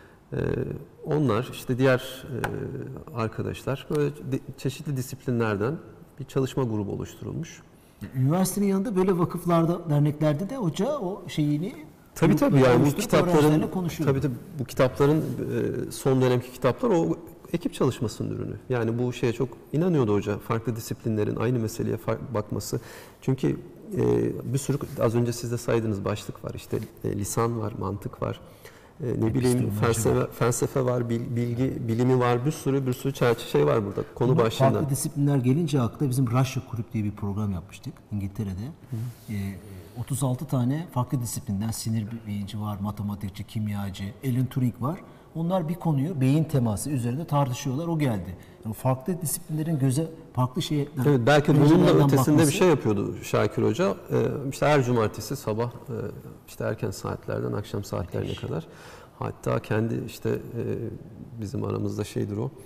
Onlar işte diğer arkadaşlar böyle çeşitli disiplinlerden bir çalışma grubu oluşturulmuş. Üniversitenin yanında böyle vakıflarda, derneklerde de hoca o şeyini Tabii yani bu öğrencilerle kitapların konuşuyor. tabii bu kitapların son dönemki kitaplar o ekip çalışmasının ürünü. Yani bu şeye çok inanıyordu hoca. Farklı disiplinlerin aynı meseleye bakması. Çünkü bir sürü az önce siz de saydığınız başlık var. İşte lisan var, mantık var. Ne bileyim felsefe var, bilimi var. Bir sürü şey var burada konu başında. Farklı disiplinler gelince akla bizim Russia Group diye bir program yapmıştık İngiltere'de. 36 tane farklı disiplinden sinir beyinci var, matematikçi, kimyacı, Alan Turing var. Onlar bir konuyu beyin teması üzerinde tartışıyorlar. O geldi. Yani farklı disiplinlerin farklı şeyler. Evet, belki bunun da ötesinde bakması. bir şey yapıyordu Şakir Hoca. İşte her cumartesi sabah işte erken saatlerden akşam saatlerine kadar. Hatta kendi bizim aramızda şeydir o.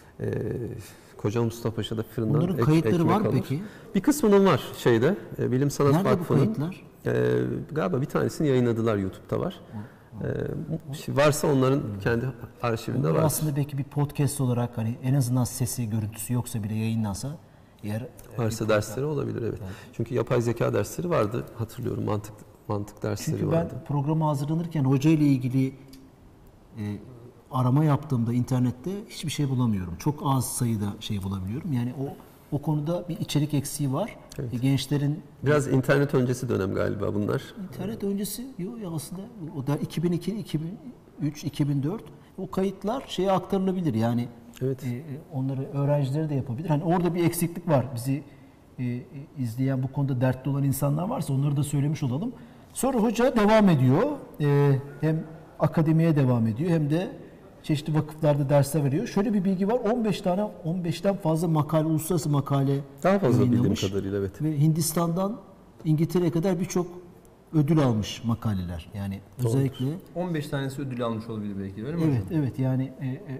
Koca Mustafa Paşa'da fırından bunların kayıtları var mı alır. peki? Bir kısmının var Bilim Sanat Nerede Vakfı'nın. bu kayıtlar? Galiba bir tanesini yayınladılar YouTube'da var. Varsa onların kendi arşivinde var. Aslında belki bir podcast olarak hani en azından sesi, görüntüsü yoksa bile yayınlansa varsa dersleri olabilir evet. Çünkü yapay zeka dersleri vardı hatırlıyorum. Mantık dersleri Çünkü vardı. ben programa hazırlanırken hoca ile ilgili arama yaptığımda internette hiçbir şey bulamıyorum. Çok az sayıda şey bulabiliyorum. Yani o konuda bir içerik eksiği var. Evet. Gençlerin Biraz internet öncesi dönem galiba bunlar. internet öncesi yok ya aslında o da 2002, 2003, 2004 o kayıtlar şeye aktarılabilir. Yani Evet. onları öğrencileri de yapabilir. Hani orada bir eksiklik var. Bizi izleyen bu konuda dertli olan insanlar varsa onları da söylemiş olalım. Sonra hoca devam ediyor. Hem akademiye devam ediyor hem de çeşitli vakıflarda dersler veriyor. Şöyle bir bilgi var. 15'ten fazla makale, uluslararası makale Daha fazla bildiğim yayınlamış. kadarıyla evet. Ve Hindistan'dan İngiltere'ye kadar birçok ödül almış makaleler. Yani özellikle 15 tanesi ödül almış olabilir belki öyle mi evet hocam? evet yani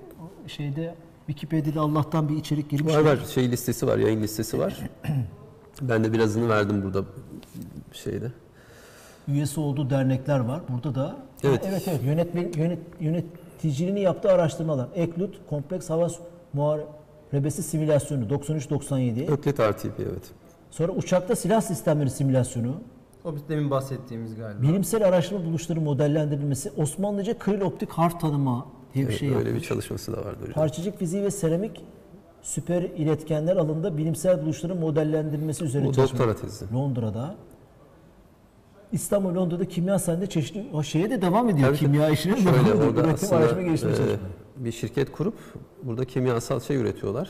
Wikipedia'da Allah'tan bir içerik girmiş. Var listesi var, yayın listesi var. Ben de birazını verdim burada şeyde. Üyesi olduğu dernekler var. Burada da Evet. evet yöneticiliğini yaptığı araştırmalar. Eklut kompleks hava muharebesi simülasyonu 93-97. Öklit RTP evet. Sonra uçakta silah sistemleri simülasyonu. O biz demin bahsettiğimiz galiba. Bilimsel araştırma buluşların modellendirilmesi. Osmanlıca kril optik harf tanıma diye bir şey Öyle yapmış. bir çalışması da vardı hocam. Parçacık fiziği ve seramik süper iletkenler alanında bilimsel buluşların modellendirilmesi üzerine Bu çalışma. doktora tezi. Londra'da. İstanbul, Londra'da kimya hastanelerinde çeşitli o şeye de devam ediyor. Tabii, Kimya işine Şöyle devam ediyor. orada Üretim, araştırma, geliştirme aslında çalışmaları. bir şirket kurup burada kimyasal şey üretiyorlar.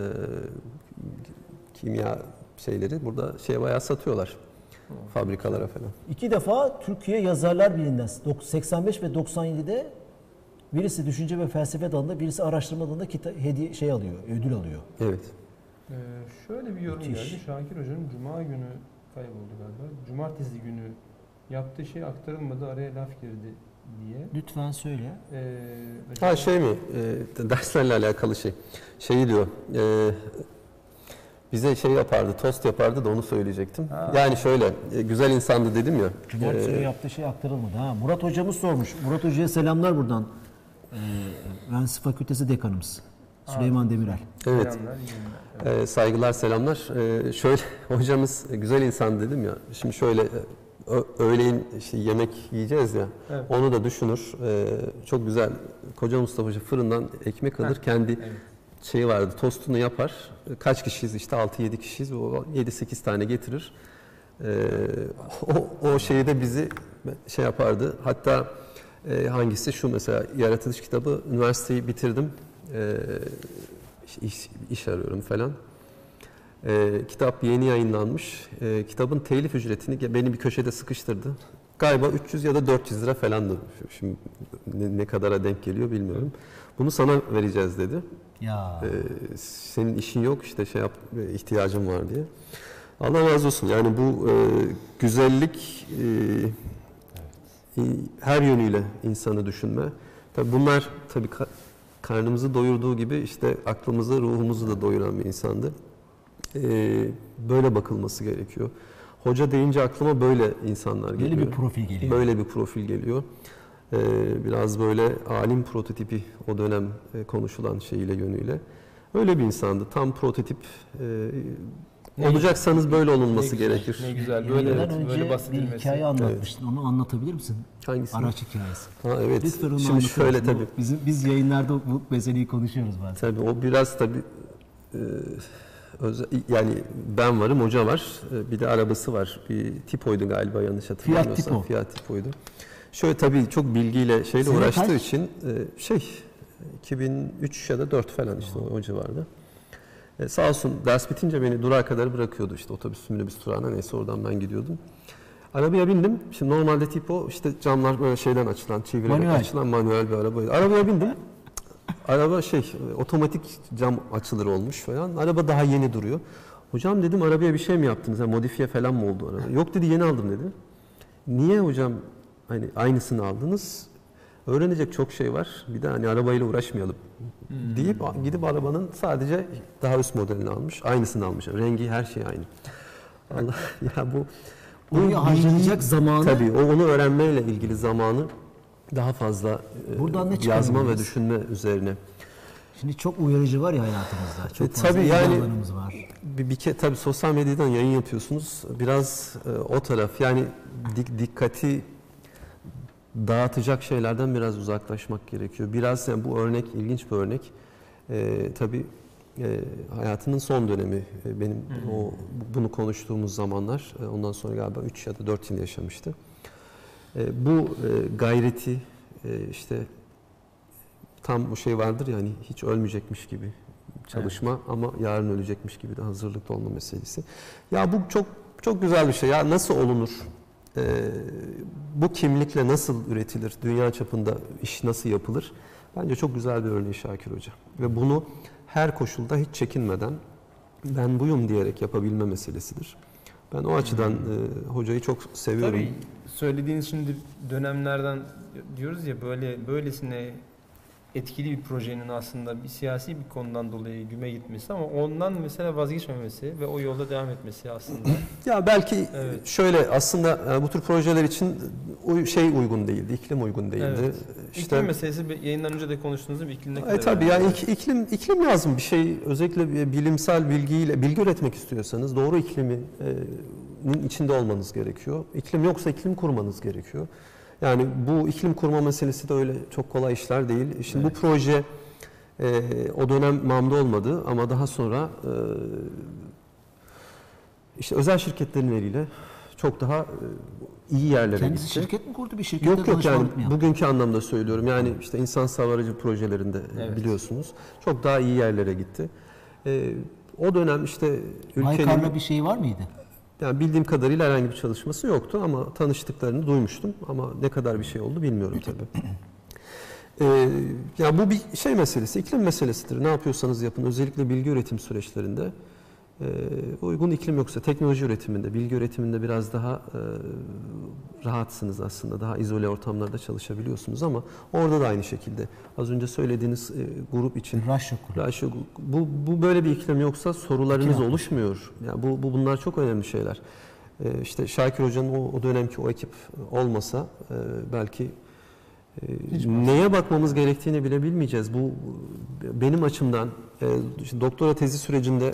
Kimya şeyleri burada bayağı satıyorlar. Fabrikalara falan. 2 defa Türkiye Yazarlar Birliği'nden 85 ve 97'de birisi düşünce ve felsefe dalında, birisi araştırma dalında hediye alıyor, ödül alıyor. Evet. Şöyle bir yorum Müthiş. geldi. Şakir Hoca'nın Cuma günü kayboldu galiba. Cumartesi günü yaptığı şey aktarılmadı, araya laf girdi diye. Lütfen söyle. Ha derslerle alakalı şeyi diyor. Bize yapardı, tost yapardı da onu söyleyecektim. Yani şöyle, güzel insandı dedim ya. Cumartesi günü yaptığı şey aktarılmadı. Murat hocamız sormuş. Murat hocaya selamlar buradan. Mühendislik Fakültesi dekanımız. Süleyman Demirel. Evet. Selamlar, iyi günler. Evet. Saygılar, selamlar. Şöyle hocamız güzel insan dedim ya. Şimdi şöyle öğleyin işte yemek yiyeceğiz ya. Evet. Onu da düşünür. Çok güzel. Koca Mustafa Hoca fırından ekmek alır. Kendi Evet. şeyi vardı. Tostunu yapar. Kaç kişiyiz? İşte 6-7 kişiyiz. O 7-8 tane getirir. O şeyi de bizi şey yapardı. Hatta hangisi şu mesela yaratılış kitabı, üniversiteyi bitirdim. İş arıyorum falan. Kitap yeni yayınlanmış. Kitabın telif ücretini beni bir köşede sıkıştırdı. Galiba 300 ya da 400 lira falandı. Şimdi ne kadara denk geliyor bilmiyorum. Bunu sana vereceğiz dedi. Ya. Senin işin yok işte şey yap, ihtiyacım var diye. Allah razı olsun. Yani bu güzellik her yönüyle insanı düşünme. Tabii bunlar tabii karnımızı doyurduğu gibi işte aklımızı, ruhumuzu da doyuran bir insandı. Böyle bakılması gerekiyor. Hoca deyince aklıma böyle insanlar geliyor. Böyle bir profil geliyor. Böyle bir profil geliyor. Biraz böyle alim prototipi o dönem konuşulan şeyiyle yönüyle. Öyle bir insandı. Tam prototip. Olacaksanız böyle olunması gerekir. Ne güzel. Böyle, Yayından evet, önce böyle bir bahsedilmesi. hikaye anlatmıştın. Onu anlatabilir misin? Hangisi? Araç hikayesi. Ha, evet. Lütfen onu Şimdi anlatır şöyle mısın? tabii. Biz yayınlarda bu meseleyi konuşuyoruz bazen. Tabii o biraz tabii yani ben varım, hoca var. Bir de arabası var. Bir Tipo'ydu galiba yanlış hatırlamıyorsam. Fiat Tipo. Fiat Tipo'ydu. Şöyle tabii çok bilgiyle şeyle Sene uğraştığı kaç? için 2003 ya da 4 falan işte o civarda. Sağ olsun ders bitince beni durağa kadar bırakıyordu işte otobüs minibüs durağına, neyse oradan ben gidiyordum. Arabaya bindim. Şimdi normalde Tipo işte camlar böyle şeyden açılan, çevirerek açılan manuel bir arabaydı. Arabaya bindim. Araba otomatik cam açılır olmuş falan. Araba daha yeni duruyor. Hocam dedim arabaya bir şey mi yaptınız? Yani modifiye falan mı oldu araba? Yok dedi, yeni aldım dedi. Niye hocam hani aynısını aldınız? Öğrenecek çok şey var. Bir de hani arabayla uğraşmayalım deyip gidip arabanın sadece daha üst modelini almış. Aynısını almış. Rengi, her şey aynı. Allah ya bu Oraya harcanacak zamanı. Tabii onu öğrenmeyle ilgili zamanı daha fazla Buradan ne yazma çıkarabiliriz? ve düşünme üzerine. Şimdi çok uyarıcı var ya hayatımızda. Çok fazla tabii yani alanımız var. tabii sosyal medyadan yayın yapıyorsunuz. Biraz o taraf yani dikkati dağıtacak şeylerden biraz uzaklaşmak gerekiyor. Biraz yani bu örnek ilginç bir örnek. Tabii hayatının son dönemi benim bunu konuştuğumuz zamanlar. Ondan sonra galiba 3 ya da 4 yıl yaşamıştı. Bu gayreti işte tam bu şey vardır ya hani hiç ölmeyecekmiş gibi çalışma ama yarın ölecekmiş gibi de hazırlıklı olma meselesi. Ya bu çok çok güzel bir şey. Ya nasıl olunur? Bu kimlikle nasıl üretilir? Dünya çapında iş nasıl yapılır? Bence çok güzel bir örneği Şakir Hoca. Ve bunu her koşulda hiç çekinmeden ben buyum diyerek yapabilme meselesidir. Ben o açıdan hocayı çok seviyorum. Tabii söylediğiniz şimdi dönemlerden diyoruz ya böylesine etkili bir projenin aslında bir siyasi bir konudan dolayı güme gitmesi ama ondan mesela vazgeçmemesi ve o yolda devam etmesi aslında. Ya belki Evet. şöyle aslında bu tür projeler için uygun değildi, iklim uygun değildi. Evet. İşte İklim meselesi yayından önce de konuştuğunuzda bir iklim ne kadar tabii önemli. yani iklim lazım bir şey, özellikle bilimsel bilgi üretmek istiyorsanız doğru iklimin içinde olmanız gerekiyor. İklim yoksa iklim kurmanız gerekiyor. Yani bu iklim kurma meselesi de öyle çok kolay işler değil. Şimdi Evet. bu proje o dönem MAM'da olmadı ama daha sonra işte özel şirketlerin eliyle çok daha iyi yerlere Kendisi gitti. şirket mi kurdu? Bir şirkette Yok yani danışmanlık mı yaptı? bugünkü anlamda söylüyorum. Yani işte insan aracı projelerinde Evet. biliyorsunuz çok daha iyi yerlere gitti. O dönem işte Baykar'la ülkenin bir şey var mıydı? yani bildiğim kadarıyla herhangi bir çalışması yoktu ama tanıştıklarını duymuştum ama ne kadar bir şey oldu bilmiyorum tabii. Ya bu bir şey meselesi, iklim meselesidir. Ne yapıyorsanız yapın, özellikle bilgi üretim süreçlerinde uygun iklim yoksa teknoloji üretiminde, bilgi üretiminde biraz daha rahatsınız aslında. Daha izole ortamlarda çalışabiliyorsunuz ama orada da aynı şekilde. Az önce söylediğiniz grup için Raşo bu böyle bir iklim yoksa sorularınız İklim oluşmuyor. Yani bunlar çok önemli şeyler. İşte Şakir Hoca'nın o dönemki o ekip olmasa belki Neye bakmamız gerektiğini bile bilmeyeceğiz. Bu benim açımdan işte doktora tezi sürecinde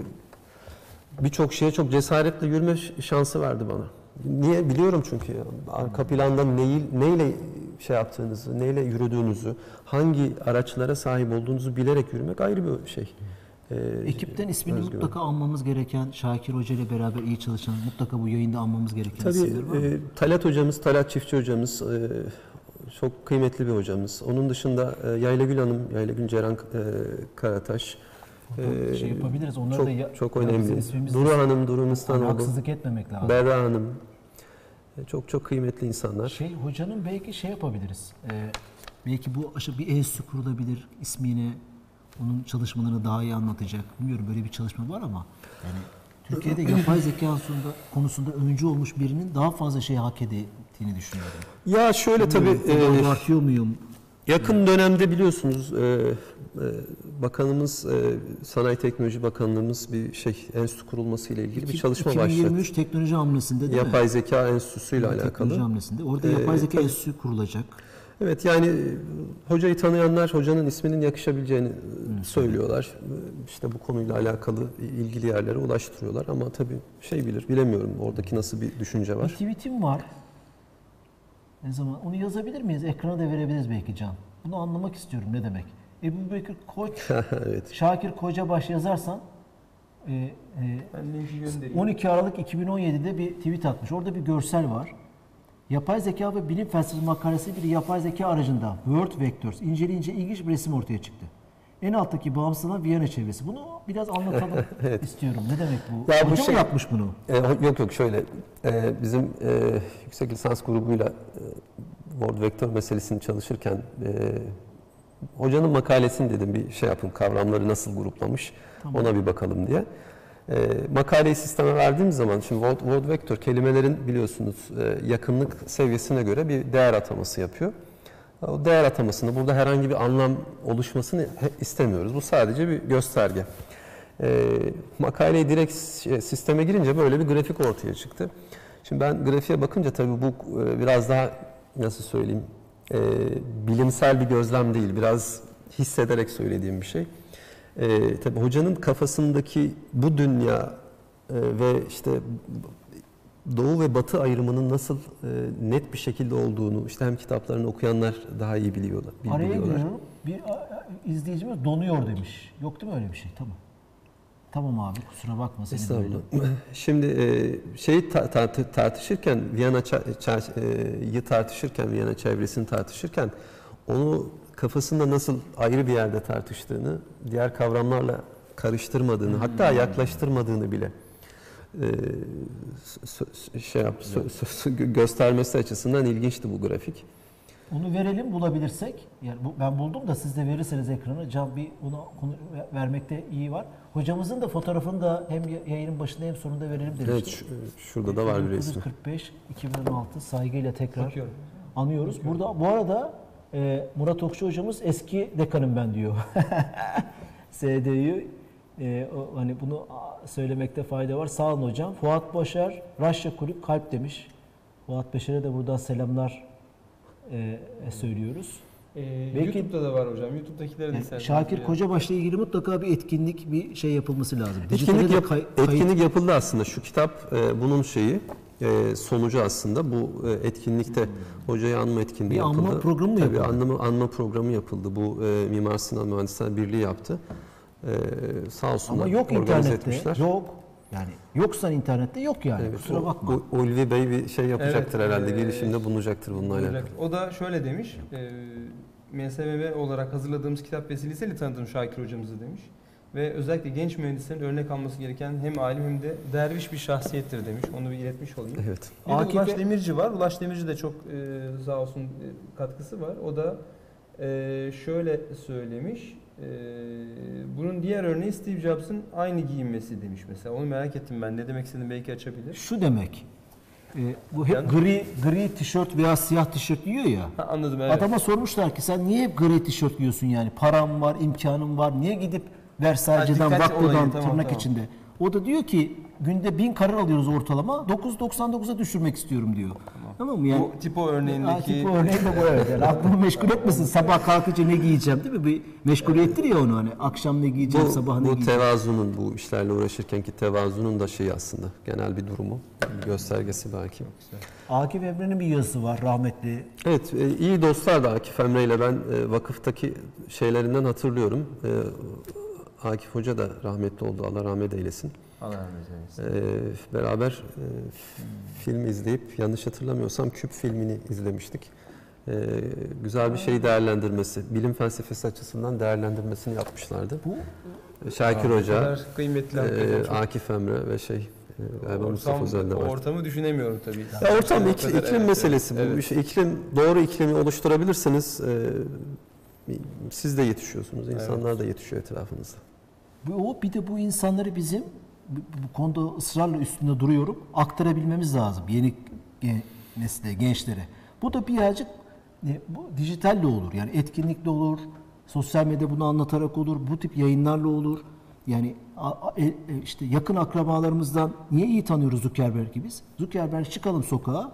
birçok şeye çok cesaretle yürüme şansı verdi bana. Niye? Biliyorum çünkü arka planda neyle şey yaptığınızı, neyle yürüdüğünüzü, hangi araçlara sahip olduğunuzu bilerek yürümek ayrı bir şey. Ekipten ismini özgüven. mutlaka anmamız gereken, Şakir Hoca ile beraber iyi çalışan, mutlaka bu yayında anmamız gereken Tabii isimler var mı? Talat hocamız, Talat Çiftçi hocamız çok kıymetli bir hocamız. Onun dışında Yaylagül Hanım, Yaylagül Ceren Karataş. Şey yapabiliriz. Onları Çok, da çok bizim önemli. ismimiz- Duru Hanım, Duru Mıstanoğlu, haksızlık etmemek lazım. Berra Hanım. Çok kıymetli insanlar. Hocanın belki şey yapabiliriz. Belki bu bir enstitü kurulabilir ismini, onun çalışmalarını daha iyi anlatacak. Bilmiyorum, böyle bir çalışma var ama yani Türkiye'de yapay zeka konusunda öncü olmuş birinin daha fazla şey hak ettiğini düşünüyorum. Ya şöyle tabii Abartıyor muyum? yakın dönemde biliyorsunuz bakanımız, Sanayi Teknoloji Bakanlığımız bir enstitü kurulması ile ilgili bir çalışma 2023 başlattı. teknoloji hamlesinde değil mi? Yapay zeka enstitüsü ile alakalı. Teknoloji hamlesinde. Orada yapay zeka tabii. enstitüsü kurulacak. Evet, yani hocayı tanıyanlar hocanın isminin yakışabileceğini söylüyorlar. İşte bu konuyla alakalı ilgili yerlere ulaştırıyorlar ama tabii bilemiyorum oradaki nasıl bir düşünce Bir var. tweetim var. Ne zaman? Onu yazabilir miyiz? Ekrana da verebiliriz belki Can. Bunu anlamak istiyorum ne demek. Ebubekir Koç, Evet. Şakir Kocabaş yazarsan Ben linki göndereyim. 12 Aralık 2017'de bir tweet atmış. Orada bir görsel var. Yapay zeka ve bilim felsefesi makalesi bir yapay zeka aracında World Vectors inceleyince ilginç bir resim ortaya çıktı. En alttaki bağımsızlanan Viyana çevresi. Bunu biraz anlatalım Evet. istiyorum. Ne demek bu? Ya bu Hoca mı yapmış bunu? Yok şöyle bizim yüksek lisans grubuyla World Vector meselesini çalışırken hocanın makalesini dedim bir yapın, kavramları nasıl gruplamış ona bir bakalım diye. Makaleyi sisteme verdiğimiz zaman şimdi World Vector kelimelerin biliyorsunuz yakınlık seviyesine göre bir değer ataması yapıyor. O değer atamasında burada herhangi bir anlam oluşmasını istemiyoruz. Bu sadece bir gösterge. Makaleyi direkt sisteme girince böyle bir grafik ortaya çıktı. Şimdi ben grafiğe bakınca tabii bu biraz daha nasıl söyleyeyim bilimsel bir gözlem değil, biraz hissederek söylediğim bir şey. Tabii hocanın kafasındaki bu dünya ve işte Doğu ve Batı ayrımının nasıl net bir şekilde olduğunu işte hem kitaplarını okuyanlar daha iyi biliyorlar. Araya giriyorum. Bir izleyicimiz donuyor demiş. Yok değil mi öyle bir şey? Tamam. Tamam abi, kusura bakma. Estağfurullah. Şimdi tartışırken Viyana çevresini tartışırken onu kafasında nasıl ayrı bir yerde tartıştığını, diğer kavramlarla karıştırmadığını, hatta yaklaştırmadığını bile göstermesi açısından ilginçti bu grafik. Onu verelim bulabilirsek. Yani ben buldum da siz de verirseniz ekrana. Can ona konu vermekte iyi var. Hocamızın da fotoğrafını da hem yayının başında hem sonunda verelim demiştim. Evet, şurada da var bir resmi. 1945 2016 saygıyla tekrar Bakıyorum. anıyoruz. Burada bu arada Murat Okçu hocamız eski dekanım ben diyor. SDÜ hani bunu söylemekte fayda var. Sağ olun hocam. Fuat Başar, Raşya Kulüp Kalp demiş. Fuat Başar'a da buradan selamlar söylüyoruz. Belki YouTube'da da var hocam. YouTube'dakileri de yani Şakir Kocabaş'la ilgili mutlaka bir etkinlik, bir şey yapılması lazım. Etkinlik yapıldı aslında. Şu kitap bunun sonucu aslında. Bu etkinlikte hocayı anma etkinliği bir yapıldı. Anma programı mı yapıldı? Tabii anma programı yapıldı. Bu Mimar Sinan Mühendisler Birliği yaptı. Sağ olsunlar. Ama yok organize internette. etmişler. Yok. Yani yoksa internette yok yani. Evet, kusura bakma. Ulvi Bey bir yapacaktır Evet, herhalde. Girişimde bulunacaktır bununla alakalı. O da şöyle demiş. MSVB olarak hazırladığımız kitap vesilesiyle tanıdığım Şakir hocamızı demiş. Ve özellikle genç mühendislerin örnek alması gereken hem alim hem de derviş bir şahsiyettir demiş. Onu bir iletmiş olayım. Evet. Bir de Ulaş Demirci var. Ulaş Demirci de çok sağ olsun katkısı var. O da şöyle söylemiş. Bunun diğer örneği Steve Jobs'ın aynı giyinmesi demiş mesela. Onu merak ettim ben. Ne demek istediğini belki açabilir. Şu demek. Bu hep gri tişört veya siyah tişört giyiyor ya. Anladım, evet. Adama sormuşlar ki sen niye hep gri tişört giyiyorsun yani? Param var, imkanım var. Niye gidip Versace'den, Vakko'dan tırnak içinde? O da diyor ki günde 1000 karar alıyoruz ortalama. 999'a düşürmek istiyorum diyor. Tamam mı? Yani, Bu tipo örneğindeki... Tipo örneği de bu, evet. Yani aklımı meşgul etmesin. Sabah kalkınca ne giyeceğim, değil mi? Bir meşguliyettir ya onu, hani akşam ne giyeceğim, sabah ne Bu giyeceğim. tevazunun, bu işlerle uğraşırkenki tevazunun da şeyi aslında genel bir durumu, bir göstergesi belki. Akif Emre'nin bir yazısı var, rahmetli. Evet, iyi dostlar da Akif Emre ile ben vakıftaki şeylerinden hatırlıyorum. Akif Hoca da rahmetli oldu, Allah rahmet eylesin. Allah rahmet eylesin. Beraber film izleyip, yanlış hatırlamıyorsam Küp filmini izlemiştik. Güzel bir şey değerlendirmesi, bilim felsefesi açısından değerlendirmesini yapmışlardı. Şakir Hoca, Kıymetli Akif Emre ve galiba Mustafa Özel de var. Ortamı düşünemiyorum tabii. Ya ortam iklim meselesi bu. Evet. İşte doğru iklimi oluşturabilirseniz siz de yetişiyorsunuz, insanlar da yetişiyor etrafınızda. Bir de bu insanları bizim bu konuda ısrarla üstünde duruyorum, aktarabilmemiz lazım yeni nesle, gençlere. Bu da birazcık bu dijitalle olur, yani etkinlikle olur, sosyal medya bunu anlatarak olur, bu tip yayınlarla olur. Yani işte yakın akrabalarımızdan niye iyi tanıyoruz Zuckerberg'i biz? Zuckerberg çıkalım sokağa,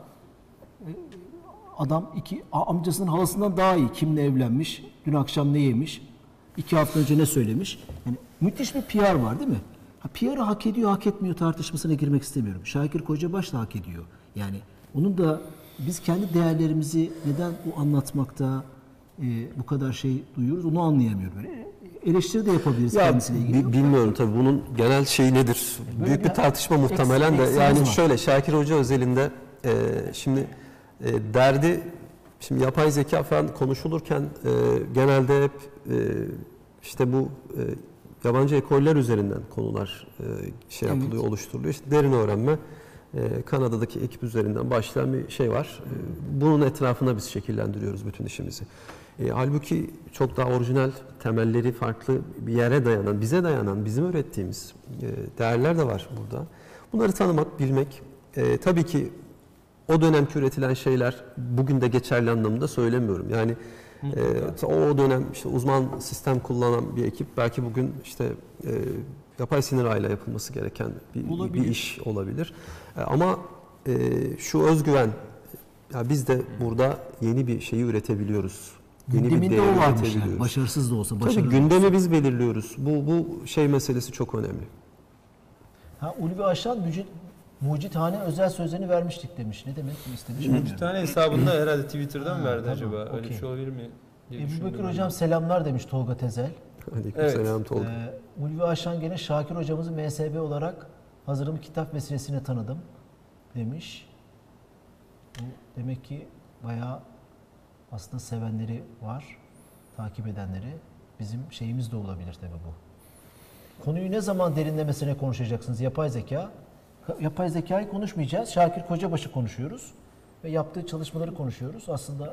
adam amcasının halasından daha iyi, kimle evlenmiş, dün akşam ne yemiş, 2 hafta önce ne söylemiş. Yani müthiş bir PR var, değil mi? PR'ı hak ediyor, hak etmiyor tartışmasına girmek istemiyorum. Şakir Kocabaş da hak ediyor. Yani onun da biz kendi değerlerimizi neden bu anlatmakta bu kadar şey duyuyoruz, onu anlayamıyorum. Eleştiri de yapabiliriz kendisiyle ilgili. Bilmiyorum tabii bunun genel şeyi nedir? Büyük bir tartışma muhtemelen de. Yani şöyle Şakir Hoca özelinde şimdi derdi, şimdi yapay zeka falan konuşulurken genelde hep işte bu yabancı ekoller üzerinden konular yapılıyor, oluşturuluyor. İşte derin öğrenme, Kanada'daki ekip üzerinden başlayan bir şey var. Bunun etrafına biz şekillendiriyoruz bütün işimizi. Halbuki çok daha orijinal, temelleri farklı bir yere dayanan, bize dayanan, bizim ürettiğimiz değerler de var burada. Bunları tanımak, bilmek, tabii ki o dönemki üretilen şeyler bugün de geçerli anlamında söylemiyorum. Yani o dönem işte uzman sistem kullanan bir ekip belki bugün işte yapay sinir ağıyla yapılması gereken bir iş olabilir. Ama şu özgüven, ya biz de burada yeni bir şeyi üretebiliyoruz. Gündeminde o varmış yani. Başarısız da olsa. Tabii gündemi biz belirliyoruz. Bu şey meselesi çok önemli. Ulvi Aşan Mucithane özel sözlerini vermiştik demiş. Ne demek istemiş? Mucithane hesabında herhalde Twitter'dan verdi acaba. Öyle bir şey olabilir mi? Ebu Bekir Hocam selamlar demiş Tolga Tezel. Aleykümselam Tolga. Ulvi Aşan gene Şakir Hocamızı MSB olarak hazırım kitap vesilesiyle tanıdım demiş. Demek ki bayağı aslında sevenleri var, takip edenleri. Bizim şeyimiz de olabilir tabii bu. Konuyu ne zaman derinlemesine konuşacaksınız? Yapay zeka. Yapay zekayı konuşmayacağız. Şakir Kocabaş'ı konuşuyoruz. Ve yaptığı çalışmaları konuşuyoruz. Aslında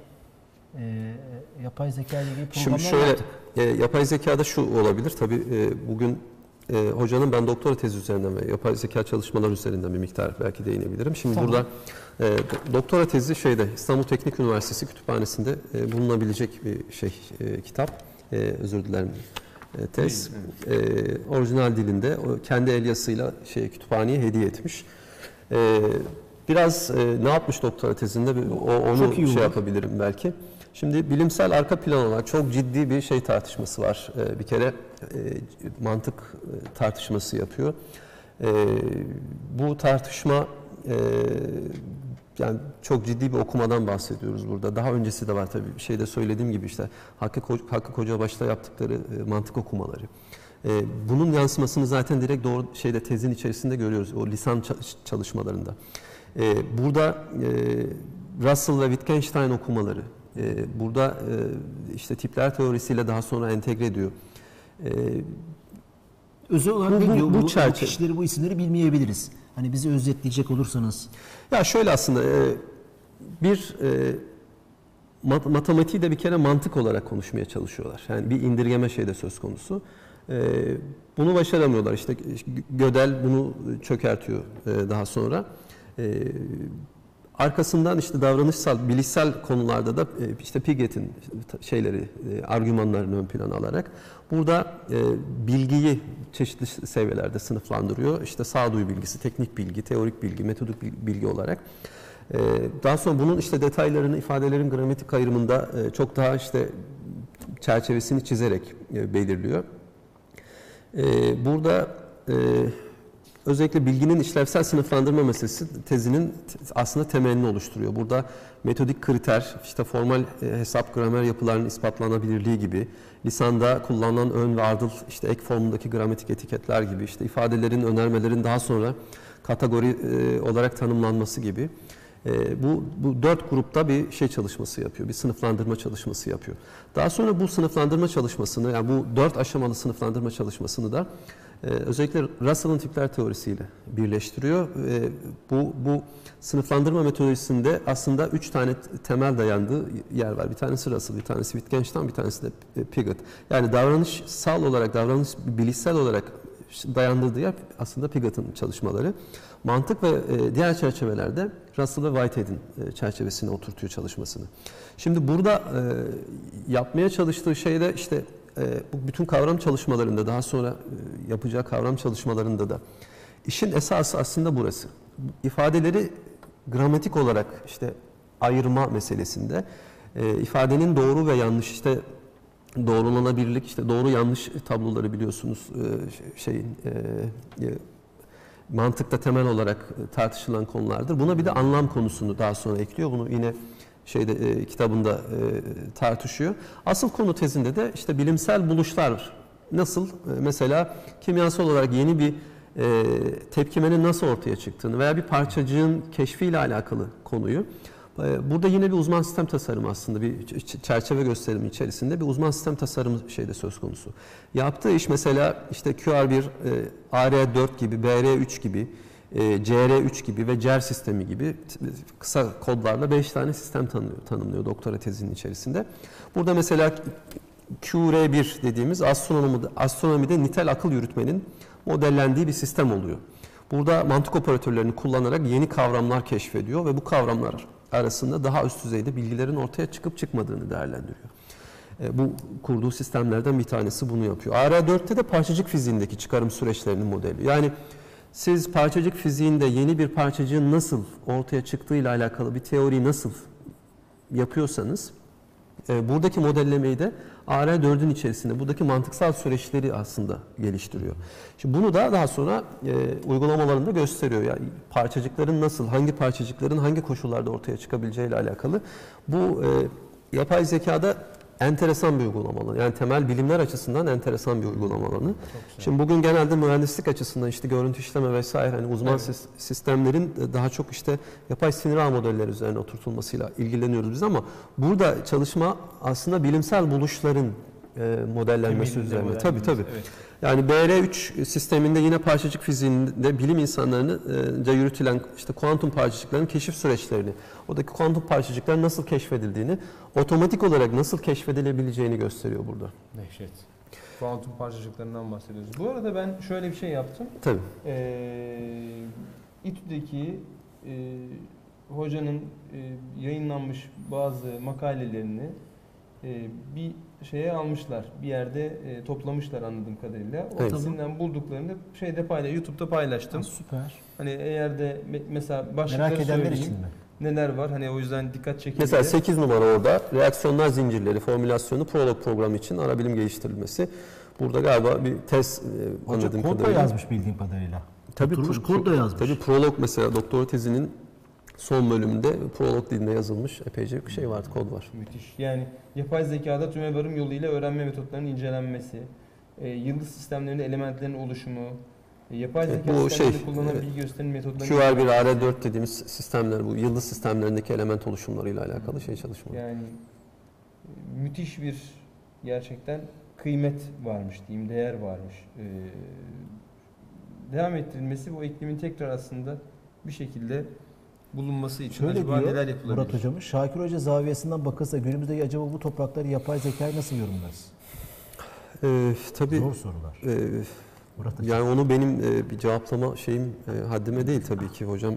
yapay zeka ile ilgili programlar Şimdi şöyle, yaptık. Yapay zekada şu olabilir. Tabii bugün hocanın ben doktora tezi üzerinden ve yapay zeka çalışmaları üzerinden bir miktar belki değinebilirim. Şimdi burada doktora tezi İstanbul Teknik Üniversitesi Kütüphanesi'nde bulunabilecek bir kitap. Özür dilerim. Tez. Orijinal dilinde kendi el yazısıyla kütüphaneye hediye etmiş. Biraz ne yapmış doktora tezinde onu yapabilirim belki. Şimdi bilimsel arka plan olarak çok ciddi bir tartışması var. Bir kere mantık tartışması yapıyor. Bu tartışma yani çok ciddi bir okumadan bahsediyoruz burada. Daha öncesi de var tabii. Söylediğim gibi işte Hakkı Kocabaş'ta yaptıkları mantık okumaları. Bunun yansımasını zaten direkt doğru tezin içerisinde görüyoruz. O lisan çalışmalarında. Burada Russell ve Wittgenstein okumaları. Burada işte tipler teorisiyle daha sonra entegre ediyor. Özel olarak ne diyor? Bu kişileri, bu isimleri bilmeyebiliriz. Hani bizi özetleyecek olursanız. Ya şöyle aslında bir matematiği de bir kere mantık olarak konuşmaya çalışıyorlar. Yani bir indirgeme de söz konusu. Bunu başaramıyorlar. İşte Gödel bunu çökertiyor daha sonra. Arkasından işte davranışsal, bilişsel konularda da işte Piaget'in argümanlarını ön plana alarak burada bilgiyi çeşitli seviyelerde sınıflandırıyor. İşte sağduyu bilgisi, teknik bilgi, teorik bilgi, metodik bilgi olarak. Daha sonra bunun işte detaylarını ifadelerin gramatik ayrımında çok daha işte çerçevesini çizerek belirliyor. Burada özellikle bilginin işlevsel sınıflandırma meselesi tezinin aslında temelini oluşturuyor. Burada metodik kriter, işte formal hesap gramer yapılarının ispatlanabilirliği gibi, lisanda kullanılan ön ve ardıl işte ek formundaki gramatik etiketler gibi, işte ifadelerin, önermelerin daha sonra kategori olarak tanımlanması gibi bu 4 grupta bir şey çalışması yapıyor, bir sınıflandırma çalışması yapıyor. Daha sonra bu sınıflandırma çalışmasını, yani bu 4 aşamalı sınıflandırma çalışmasını da özellikle Russell'ın tipler teorisiyle birleştiriyor. Bu sınıflandırma metodolojisinde aslında 3 tane temel dayandığı yer var. Bir tanesi Russell, bir tanesi Wittgenstein, bir tanesi de Piaget. Yani davranışsal olarak, bilişsel olarak dayandırdığı yer aslında Piaget'in çalışmaları. Mantık ve diğer çerçevelerde Russell ve Whitehead'in çerçevesine oturtuyor çalışmasını. Şimdi burada yapmaya çalıştığı şey de işte bu bütün kavram çalışmalarında, daha sonra yapacağı kavram çalışmalarında da işin esası aslında burası. İfadeleri gramatik olarak işte ayırma meselesinde ifadenin doğru ve yanlış, işte doğrulanabilirlik, işte doğru yanlış tabloları biliyorsunuz mantıkta temel olarak tartışılan konulardır. Buna bir de anlam konusunu daha sonra ekliyor. Bunu yine kitabında tartışıyor. Asıl konu tezinde de işte bilimsel buluşlar nasıl, mesela kimyasal olarak yeni bir tepkimenin nasıl ortaya çıktığını veya bir parçacığın keşfiyle alakalı konuyu. Burada yine bir uzman sistem tasarımı, aslında bir çerçeve gösterimi içerisinde bir uzman sistem tasarımı söz konusu. Yaptığı iş mesela işte QR1, AR4 gibi, BR3 gibi, CR3 gibi ve CER sistemi gibi kısa kodlarla 5 tane sistem tanımlıyor doktora tezinin içerisinde. Burada mesela QR1 dediğimiz astronomide nitel akıl yürütmenin modellendiği bir sistem oluyor. Burada mantık operatörlerini kullanarak yeni kavramlar keşfediyor ve bu kavramlar arasında daha üst düzeyde bilgilerin ortaya çıkıp çıkmadığını değerlendiriyor. Bu kurduğu sistemlerden bir tanesi bunu yapıyor. AR4'te de parçacık fiziğindeki çıkarım süreçlerinin modeli. Yani siz parçacık fiziğinde yeni bir parçacığın nasıl ortaya çıktığıyla alakalı bir teoriyi nasıl yapıyorsanız, buradaki modellemeyi de AR4'ün içerisinde buradaki mantıksal süreçleri aslında geliştiriyor. Şimdi bunu da daha sonra uygulamalarında gösteriyor. Yani parçacıkların nasıl, hangi parçacıkların hangi koşullarda ortaya çıkabileceği ile alakalı. Bu yapay zekada enteresan bir uygulama alanı. Yani temel bilimler açısından enteresan bir uygulama alanı. Şimdi bugün genelde mühendislik açısından işte görüntü işleme vesaire, hani uzman sistemlerin daha çok işte yapay sinir ağ modelleri üzerine oturtulmasıyla ilgileniyoruz biz, ama burada çalışma aslında bilimsel buluşların modellenmesi üzerine. Tabii. Evet. Yani BR3 sisteminde yine parçacık fiziğinde bilim insanlarınca yürütülen işte kuantum parçacıkların keşif süreçlerini, oradaki kuantum parçacıkların nasıl keşfedildiğini, otomatik olarak nasıl keşfedilebileceğini gösteriyor burada. Dehşet. Kuantum parçacıklarından bahsediyoruz. Bu arada ben şöyle bir şey yaptım. Tabii. İTÜ'deki hocanın yayınlanmış bazı makalelerini bir şeye almışlar. Bir yerde toplamışlar anladığım kadarıyla. O ikisinden bulduklarını YouTube'da paylaştım. Süper. Hani eğer de mesela başlıkları merak edenler söyleyeyim. için mi? Neler var? Hani o yüzden dikkat çekici. Mesela 8 numara orada reaksiyonlar zincirleri formülasyonu prolog programı için ara bilim geliştirilmesi. Burada galiba bir test anladığım kadarıyla. Kod da yazmış bildiğim kadarıyla. Tabii kod da yazmış. Tabii prolog mesela doktora tezinin son bölümünde prolog dilinde yazılmış epeyce bir şey vardı, kod var. Müthiş. Yani yapay zekada tüme varım yoluyla öğrenme metotlarının incelenmesi, yıldız sistemlerinde elementlerin oluşumu, yapay zeka sistemlerinde kullanılan bilgi gösterim metodlarının QR1, AR4 dediğimiz sistemler, bu yıldız sistemlerindeki element oluşumlarıyla alakalı çalışma. Yani müthiş bir gerçekten kıymet varmış diyeyim, değer varmış. Devam ettirilmesi, bu iklimin tekrar aslında bir şekilde bulunması için şöyle acaba diyor neler yapılabilir? Murat Hocamız, Şakir Hoca zaviyesinden bakılsa günümüzde acaba bu toprakları yapay zekayı nasıl yorumlarız? Tabii, zor sorular. Yani onu benim bir cevaplama haddime değil tabii ki hocam.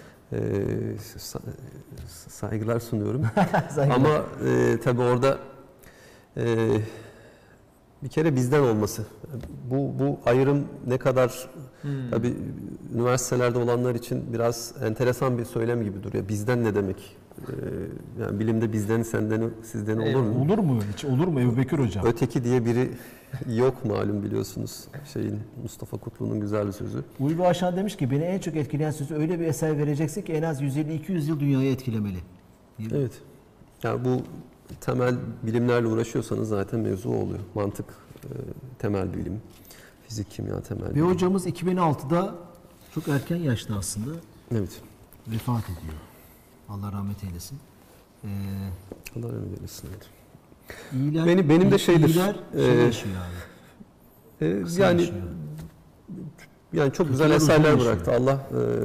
Saygılar sunuyorum. Ama tabii orada bir kere bizden olması. Bu ayrım ne kadar tabii üniversitelerde olanlar için biraz enteresan bir söylem gibi duruyor. Bizden ne demek? Yani bilimde bizden, senden, sizden olur mu? Olur mu hiç? Olur mu Ebubekir Hocam? Öteki diye biri yok malum biliyorsunuz. Mustafa Kutlu'nun güzel bir sözü. Ulvi Aşan demiş ki beni en çok etkileyen sözü öyle bir eser vereceksin ki en az 150-200 yıl dünyayı etkilemeli. Evet. Yani bu temel bilimlerle uğraşıyorsanız zaten mevzu oluyor. Mantık temel bilim, fizik, kimya temel Ve bilim. hocamız 2006'da çok erken yaşta aslında Evet. vefat ediyor. Allah rahmet eylesin. Allah rahmet eylesin. Evet. Benim de şeydir. İyiler yaşıyor abi. Yani yaşıyor. yani çok Kötüler güzel uzun eserler yaşıyor. bıraktı. Allah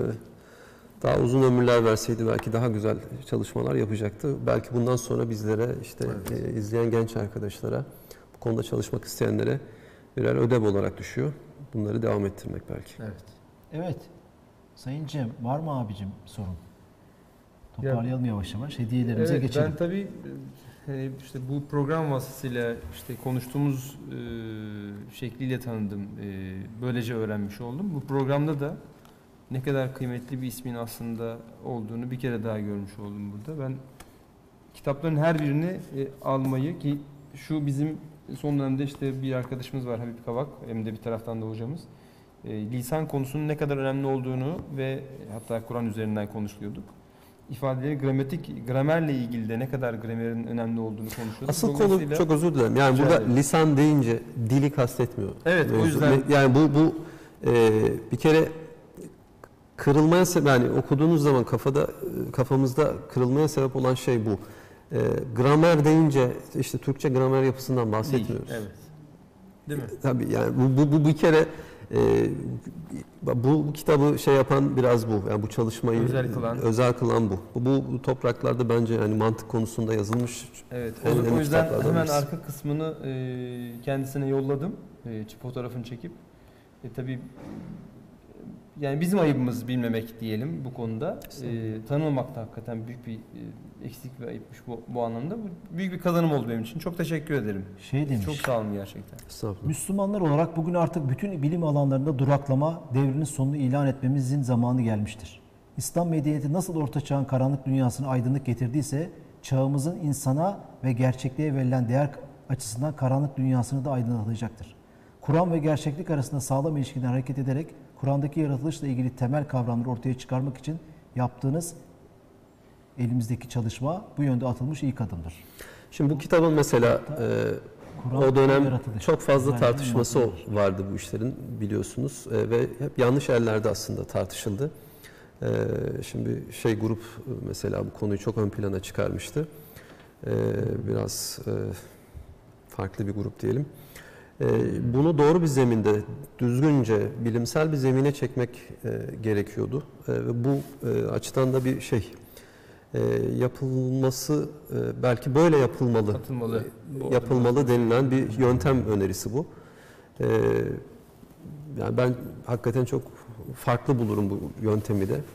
daha uzun ömürler verseydi belki daha güzel çalışmalar yapacaktı. Belki bundan sonra bizlere işte izleyen genç arkadaşlara, bu konuda çalışmak isteyenlere birer ödev olarak düşüyor. Bunları devam ettirmek belki. Evet. Evet. Sayın Cem var mı abicim sorun? Toparlayalım yavaş yavaş. Hediyelerimize Evet, geçelim. ben tabii işte bu program vasıtasıyla işte konuştuğumuz şekliyle tanıdım. Böylece öğrenmiş oldum. Bu programda da ne kadar kıymetli bir ismin aslında olduğunu bir kere daha görmüş oldum burada. Ben kitapların her birini almayı, ki şu bizim son dönemde işte bir arkadaşımız var, Habib Kavak, hem de bir taraftan da hocamız. Lisan konusunun ne kadar önemli olduğunu ve hatta Kur'an üzerinden konuşuyorduk. İfadeleri gramerle ilgili de ne kadar gramerin önemli olduğunu konuşuyorduk. Asıl konu, çok özür dilerim. Yani burada lisan deyince dili kastetmiyor. Evet, o yüzden yani bu bir kere kırılmaya sebep, yani okuduğunuz zaman kafamızda kırılmaya sebep olan şey bu. Gramer deyince işte Türkçe gramer yapısından bahsetmiyoruz. Evet. Değil mi? Tabii yani bu bir kere bu kitabı şey yapan biraz bu. Yani bu çalışmayı özel kılan bu. Bu topraklarda bence yani mantık konusunda yazılmış. Evet. O yüzden hemen arka kısmını kendisine yolladım. Fotoğrafını çekip. Tabii yani bizim ayıbımız bilmemek diyelim bu konuda. Tanımamak da hakikaten büyük bir eksik ve ayıpmış bu anlamda. Bu büyük bir kazanım oldu benim için. Çok teşekkür ederim. Demiş. Çok sağ olun gerçekten. Müslümanlar olarak bugün artık bütün bilim alanlarında duraklama devrinin sonunu ilan etmemizin zamanı gelmiştir. İslam medeniyeti nasıl Orta Çağ'ın karanlık dünyasına aydınlık getirdiyse çağımızın insana ve gerçekliğe verilen değer açısından karanlık dünyasını da aydınlatacaktır. Kur'an ve gerçeklik arasında sağlam ilişkiden hareket ederek Kur'an'daki yaratılışla ilgili temel kavramları ortaya çıkarmak için yaptığınız elimizdeki çalışma bu yönde atılmış ilk adımdır. Şimdi bu kitabın mesela o dönem çok fazla tartışması vardı bu işlerin biliyorsunuz ve hep yanlış yerlerde aslında tartışıldı. Şimdi grup mesela bu konuyu çok ön plana çıkarmıştı. Biraz farklı bir grup diyelim. Bunu doğru bir zeminde, düzgünce, bilimsel bir zemine çekmek gerekiyordu. Ve bu açıdan da bir yapılması, belki böyle yapılmalı denilen bir yöntem önerisi bu. Yani ben hakikaten çok farklı bulurum bu yöntemi de.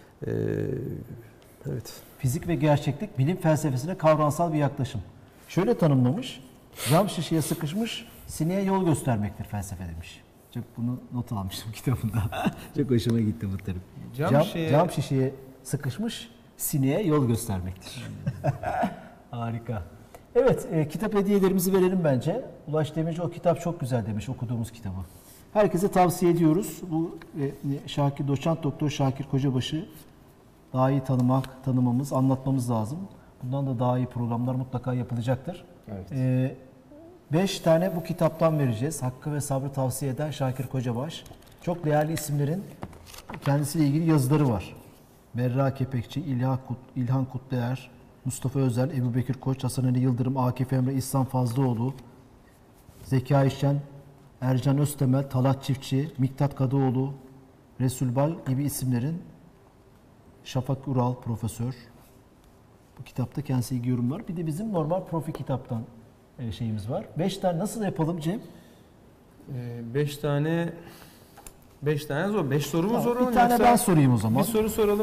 Evet. Fizik ve gerçeklik bilim felsefesine kavramsal bir yaklaşım. Şöyle tanımlamış, cam şişeye sıkışmış, sineğe yol göstermektir felsefe demiş. Çok bunu not almıştım kitabında. Çok hoşuma gitti bu terim. Cam şişeye sıkışmış, sineğe yol göstermektir. Harika. Evet, kitap hediyelerimizi verelim bence. Ulaş Demirci o kitap çok güzel demiş, okuduğumuz kitabı. Herkese tavsiye ediyoruz. Bu doçent doktor Şakir Kocabaş'ı daha iyi tanımamız, anlatmamız lazım. Bundan da daha iyi programlar mutlaka yapılacaktır. Evet. 5 tane bu kitaptan vereceğiz. Hakkı ve sabrı tavsiye eden Şakir Kocabaş. Çok değerli isimlerin kendisiyle ilgili yazıları var. Berra Kepekçi, İlhan Kutluer, Mustafa Özel, Ebubekir Koç, Hasan Ali Yıldırım, Akif Emre, İhsan Fazlıoğlu, Zekai Şen, Ercan Öztemel, Talat Çiftçi, Miktat Kadıoğlu, Resul Bal gibi isimlerin, Şafak Ural profesör. Bu kitapta kendisi ilgi yorum var. Bir de bizim normal profi kitaptan şeyimiz var. 5 tane nasıl yapalım Cem? 5 tane zor. 5 soru mu zor? Bir tane ben sorayım o zaman. Bir soru soralım.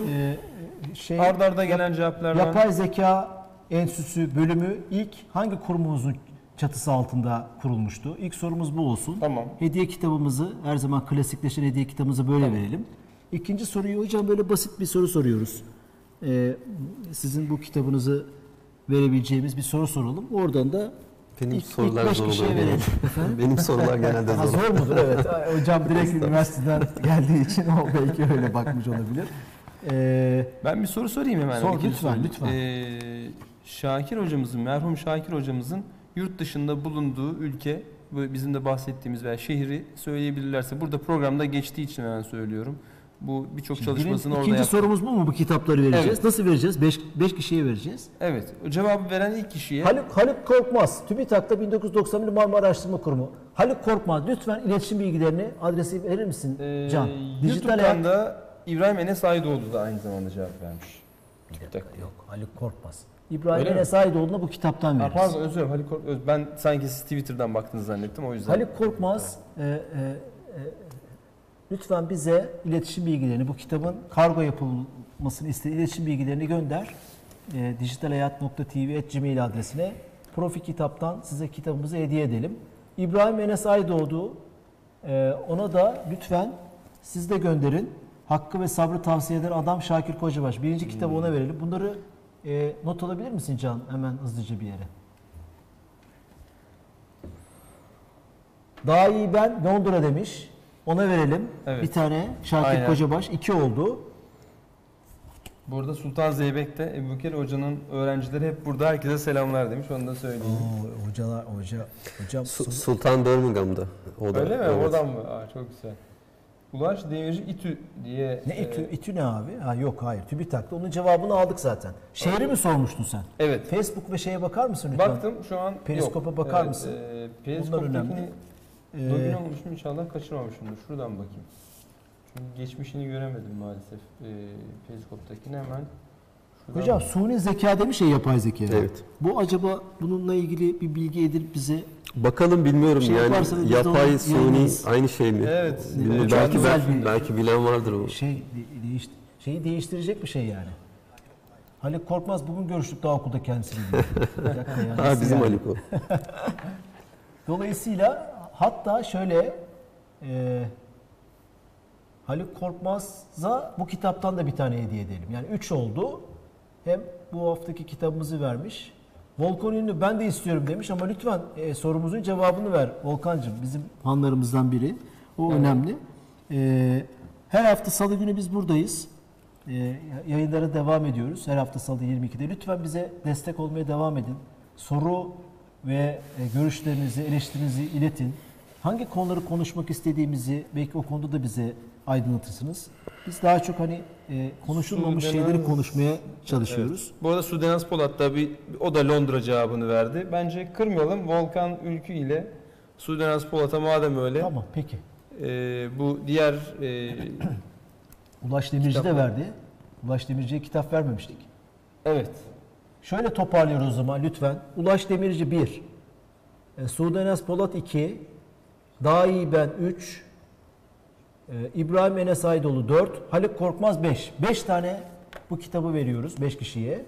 Arda gelen cevaplardan. Yapay Zeka Enstitüsü bölümü ilk hangi kurumumuzun çatısı altında kurulmuştu. İlk sorumuz bu olsun. Tamam. Hediye kitabımızı, her zaman klasikleşen hediye kitabımızı böyle verelim. İkinci soruyu hocam böyle basit bir soru soruyoruz. Sizin bu kitabınızı verebileceğimiz bir soru soralım. Oradan da Benim ilk sorular beş zor kişiye oluyor. verelim. Benim sorular genelde Ha, zor. zor mudur? Evet. Hocam direkt üniversiteden geldiği için o belki öyle bakmış olabilir. Ben bir soru sorayım hemen. Sor, İkinci lütfen, soru. lütfen. Şakir hocamızın, merhum Şakir hocamızın yurt dışında bulunduğu ülke, bu bizim de bahsettiğimiz veya şehri söyleyebilirlerse, burada programda geçtiği için hemen söylüyorum. Bu birçok çalışmasını orada İkinci yaptı. sorumuz bu mu? Bu kitapları vereceğiz. Evet. Nasıl vereceğiz? 5 kişiye vereceğiz. Evet. O cevabı veren ilk kişiye Haluk Korkmaz, TÜBİTAK'ta 1991 Marmara Araştırma Kurumu. Haluk Korkmaz, lütfen iletişim bilgilerini, adresi verir misin Can? YouTube'dan da İbrahim Enes Aydoğdu da aynı zamanda cevap vermiş. Yok, Haluk Korkmaz. İbrahim Öyle mi? Enes Aydoğdu'na bu kitaptan veririz. Pardon, özür dilerim. Ben sanki siz Twitter'dan baktığınızı zannettim, o yüzden. Haluk Korkmaz, lütfen bize iletişim bilgilerini, bu kitabın kargo yapılmasını istediği iletişim bilgilerini gönder. Dijitalhayat.tv@gmail adresine. Profi Kitap'tan size kitabımızı hediye edelim. İbrahim Enes Aydoğdu, ona da lütfen siz de gönderin. Hakkı ve Sabrı tavsiye eden adam Şakir Kocabaş. Birinci kitabı ona verelim. Bunları not alabilir misin Can? Hemen hızlıca bir yere. Daha iyi ben Londra demiş. Ona verelim. Evet. Bir tane Şakir Aynen. Kocabaş. 2 oldu. Burada Sultan Zeybek'te Ebubekir Hoca'nın öğrencileri hep burada, herkese selamlar demiş, onu da söyleyeyim. Hocam. Sultan Birmingham'da. O da, Öyle mi? evet. Oradan mı? Çok güzel. Ulaş Demirci İTÜ diye... Ne İTÜ? İTÜ ne abi? Ha yok, hayır. TÜBİTAK'ta onun cevabını aldık zaten. Şehri mi sormuştun sen? Evet. Facebook ve şeye bakar mısın lütfen? Baktım şu an Periskop'a yok. bakar Evet, mısın? Periskop'takini önemli. login olmuşum, inşallah kaçırmamışımdır. Şuradan bakayım. Çünkü geçmişini göremedim maalesef. Periskop'takini hemen şuradan Hocam bakayım. suni zeka demiş ya, yapay zeka. Evet. Bu acaba bununla ilgili bir bilgi edinip bize Bakalım, bilmiyorum Şey yani yaparsanız biz de yapay, onu suni yayınlarız. aynı şey mi? Evet. Bilmiyorum. Çok Belki güzel bir- belki bilen vardır o. şeyi değiştirecek bir şey yani. Haluk Korkmaz bugün görüştük daha okulda kendisiyle. Bir dakika ya, Ha, nasıl bizim yani? Haluk o. Dolayısıyla hatta şöyle Haluk Korkmaz'a bu kitaptan da bir tane hediye edelim. Yani 3 oldu. Hem bu haftaki kitabımızı vermiş. Volkan Ünlü ben de istiyorum demiş ama lütfen sorumuzun cevabını ver Volkancığım. Bizim fanlarımızdan biri. O önemli. Her hafta Salı günü biz buradayız. Yayınlara devam ediyoruz. Her hafta Salı 22'de. Lütfen bize destek olmaya devam edin. Soru ve görüşlerinizi, eleştirinizi iletin. Hangi konuları konuşmak istediğimizi belki o konuda da bize aydınlatırsınız. Biz daha çok hani konuşulmamış şeyleri konuşmaya çalışıyoruz. Evet. Bu arada Sudenaz Polat da o da Londra cevabını verdi. Bence kırmayalım. Volkan Ülkü ile Sudenaz Polat'a madem öyle. Tamam, peki. Bu diğer Ulaş Demirci kitap de verdi. Ulaş Demirci'ye kitap vermemiştik. evet. Şöyle toparlıyoruz o zaman lütfen. Ulaş Demirci 1, Sudenaz Polat 2, Daha iyi ben 3, İbrahim Enes Aydoğdu 4, Haluk Korkmaz 5. 5 tane bu kitabı veriyoruz 5 kişiye.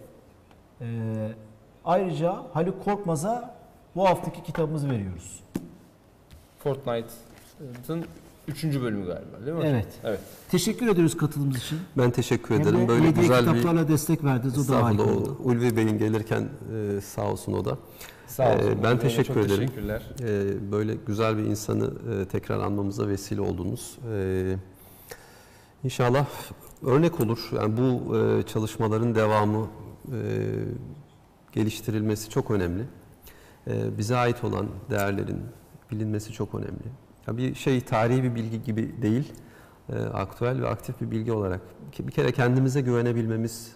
Ayrıca Haluk Korkmaz'a bu haftaki kitabımızı veriyoruz. Fortnite'ın 3. bölümü galiba, değil mi hocam? Evet. Evet. Teşekkür ediyoruz katılımınız için. Ben teşekkür Hem ederim. de Böyle hediye güzel bir... kitaplarla destek verdiniz. O da harika Estağfurullah. oldu. Ulvi Bey'in gelirken sağ olsun o da. Sağ olun. Ben Çok teşekkür ederim. Teşekkürler. Böyle güzel bir insanı tekrar anmamıza vesile oldunuz. İnşallah örnek olur. Yani bu çalışmaların devamı, geliştirilmesi çok önemli. Bize ait olan değerlerin bilinmesi çok önemli. Ya bir şey tarihi bir bilgi gibi değil, aktüel ve aktif bir bilgi olarak. Bir kere kendimize güvenebilmemiz,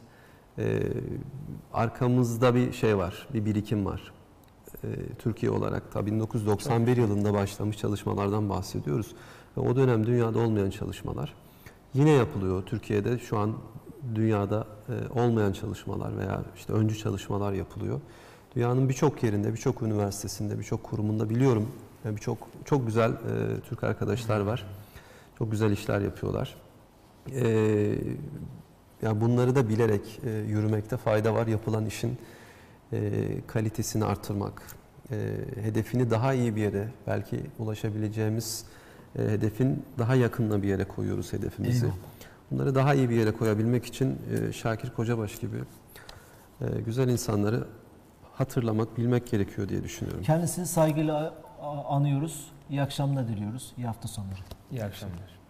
arkamızda bir şey var, bir birikim var. Türkiye olarak da 1991 yılında başlamış çalışmalardan bahsediyoruz. Ve o dönem dünyada olmayan çalışmalar yine yapılıyor. Türkiye'de şu an dünyada olmayan çalışmalar veya işte öncü çalışmalar yapılıyor. Dünyanın birçok yerinde, birçok üniversitesinde, birçok kurumunda biliyorum çok güzel Türk arkadaşlar var. Çok güzel işler yapıyorlar. Yani bunları da bilerek yürümekte fayda var. Yapılan işin kalitesini artırmak, hedefini daha iyi bir yere, belki ulaşabileceğimiz hedefin daha yakınına bir yere koyuyoruz hedefimizi. Eyvallah. Bunları daha iyi bir yere koyabilmek için Şakir Kocabaş gibi güzel insanları hatırlamak, bilmek gerekiyor diye düşünüyorum. Kendisini saygıyla anıyoruz. İyi akşamlar diliyoruz. İyi hafta sonları. İyi akşamlar.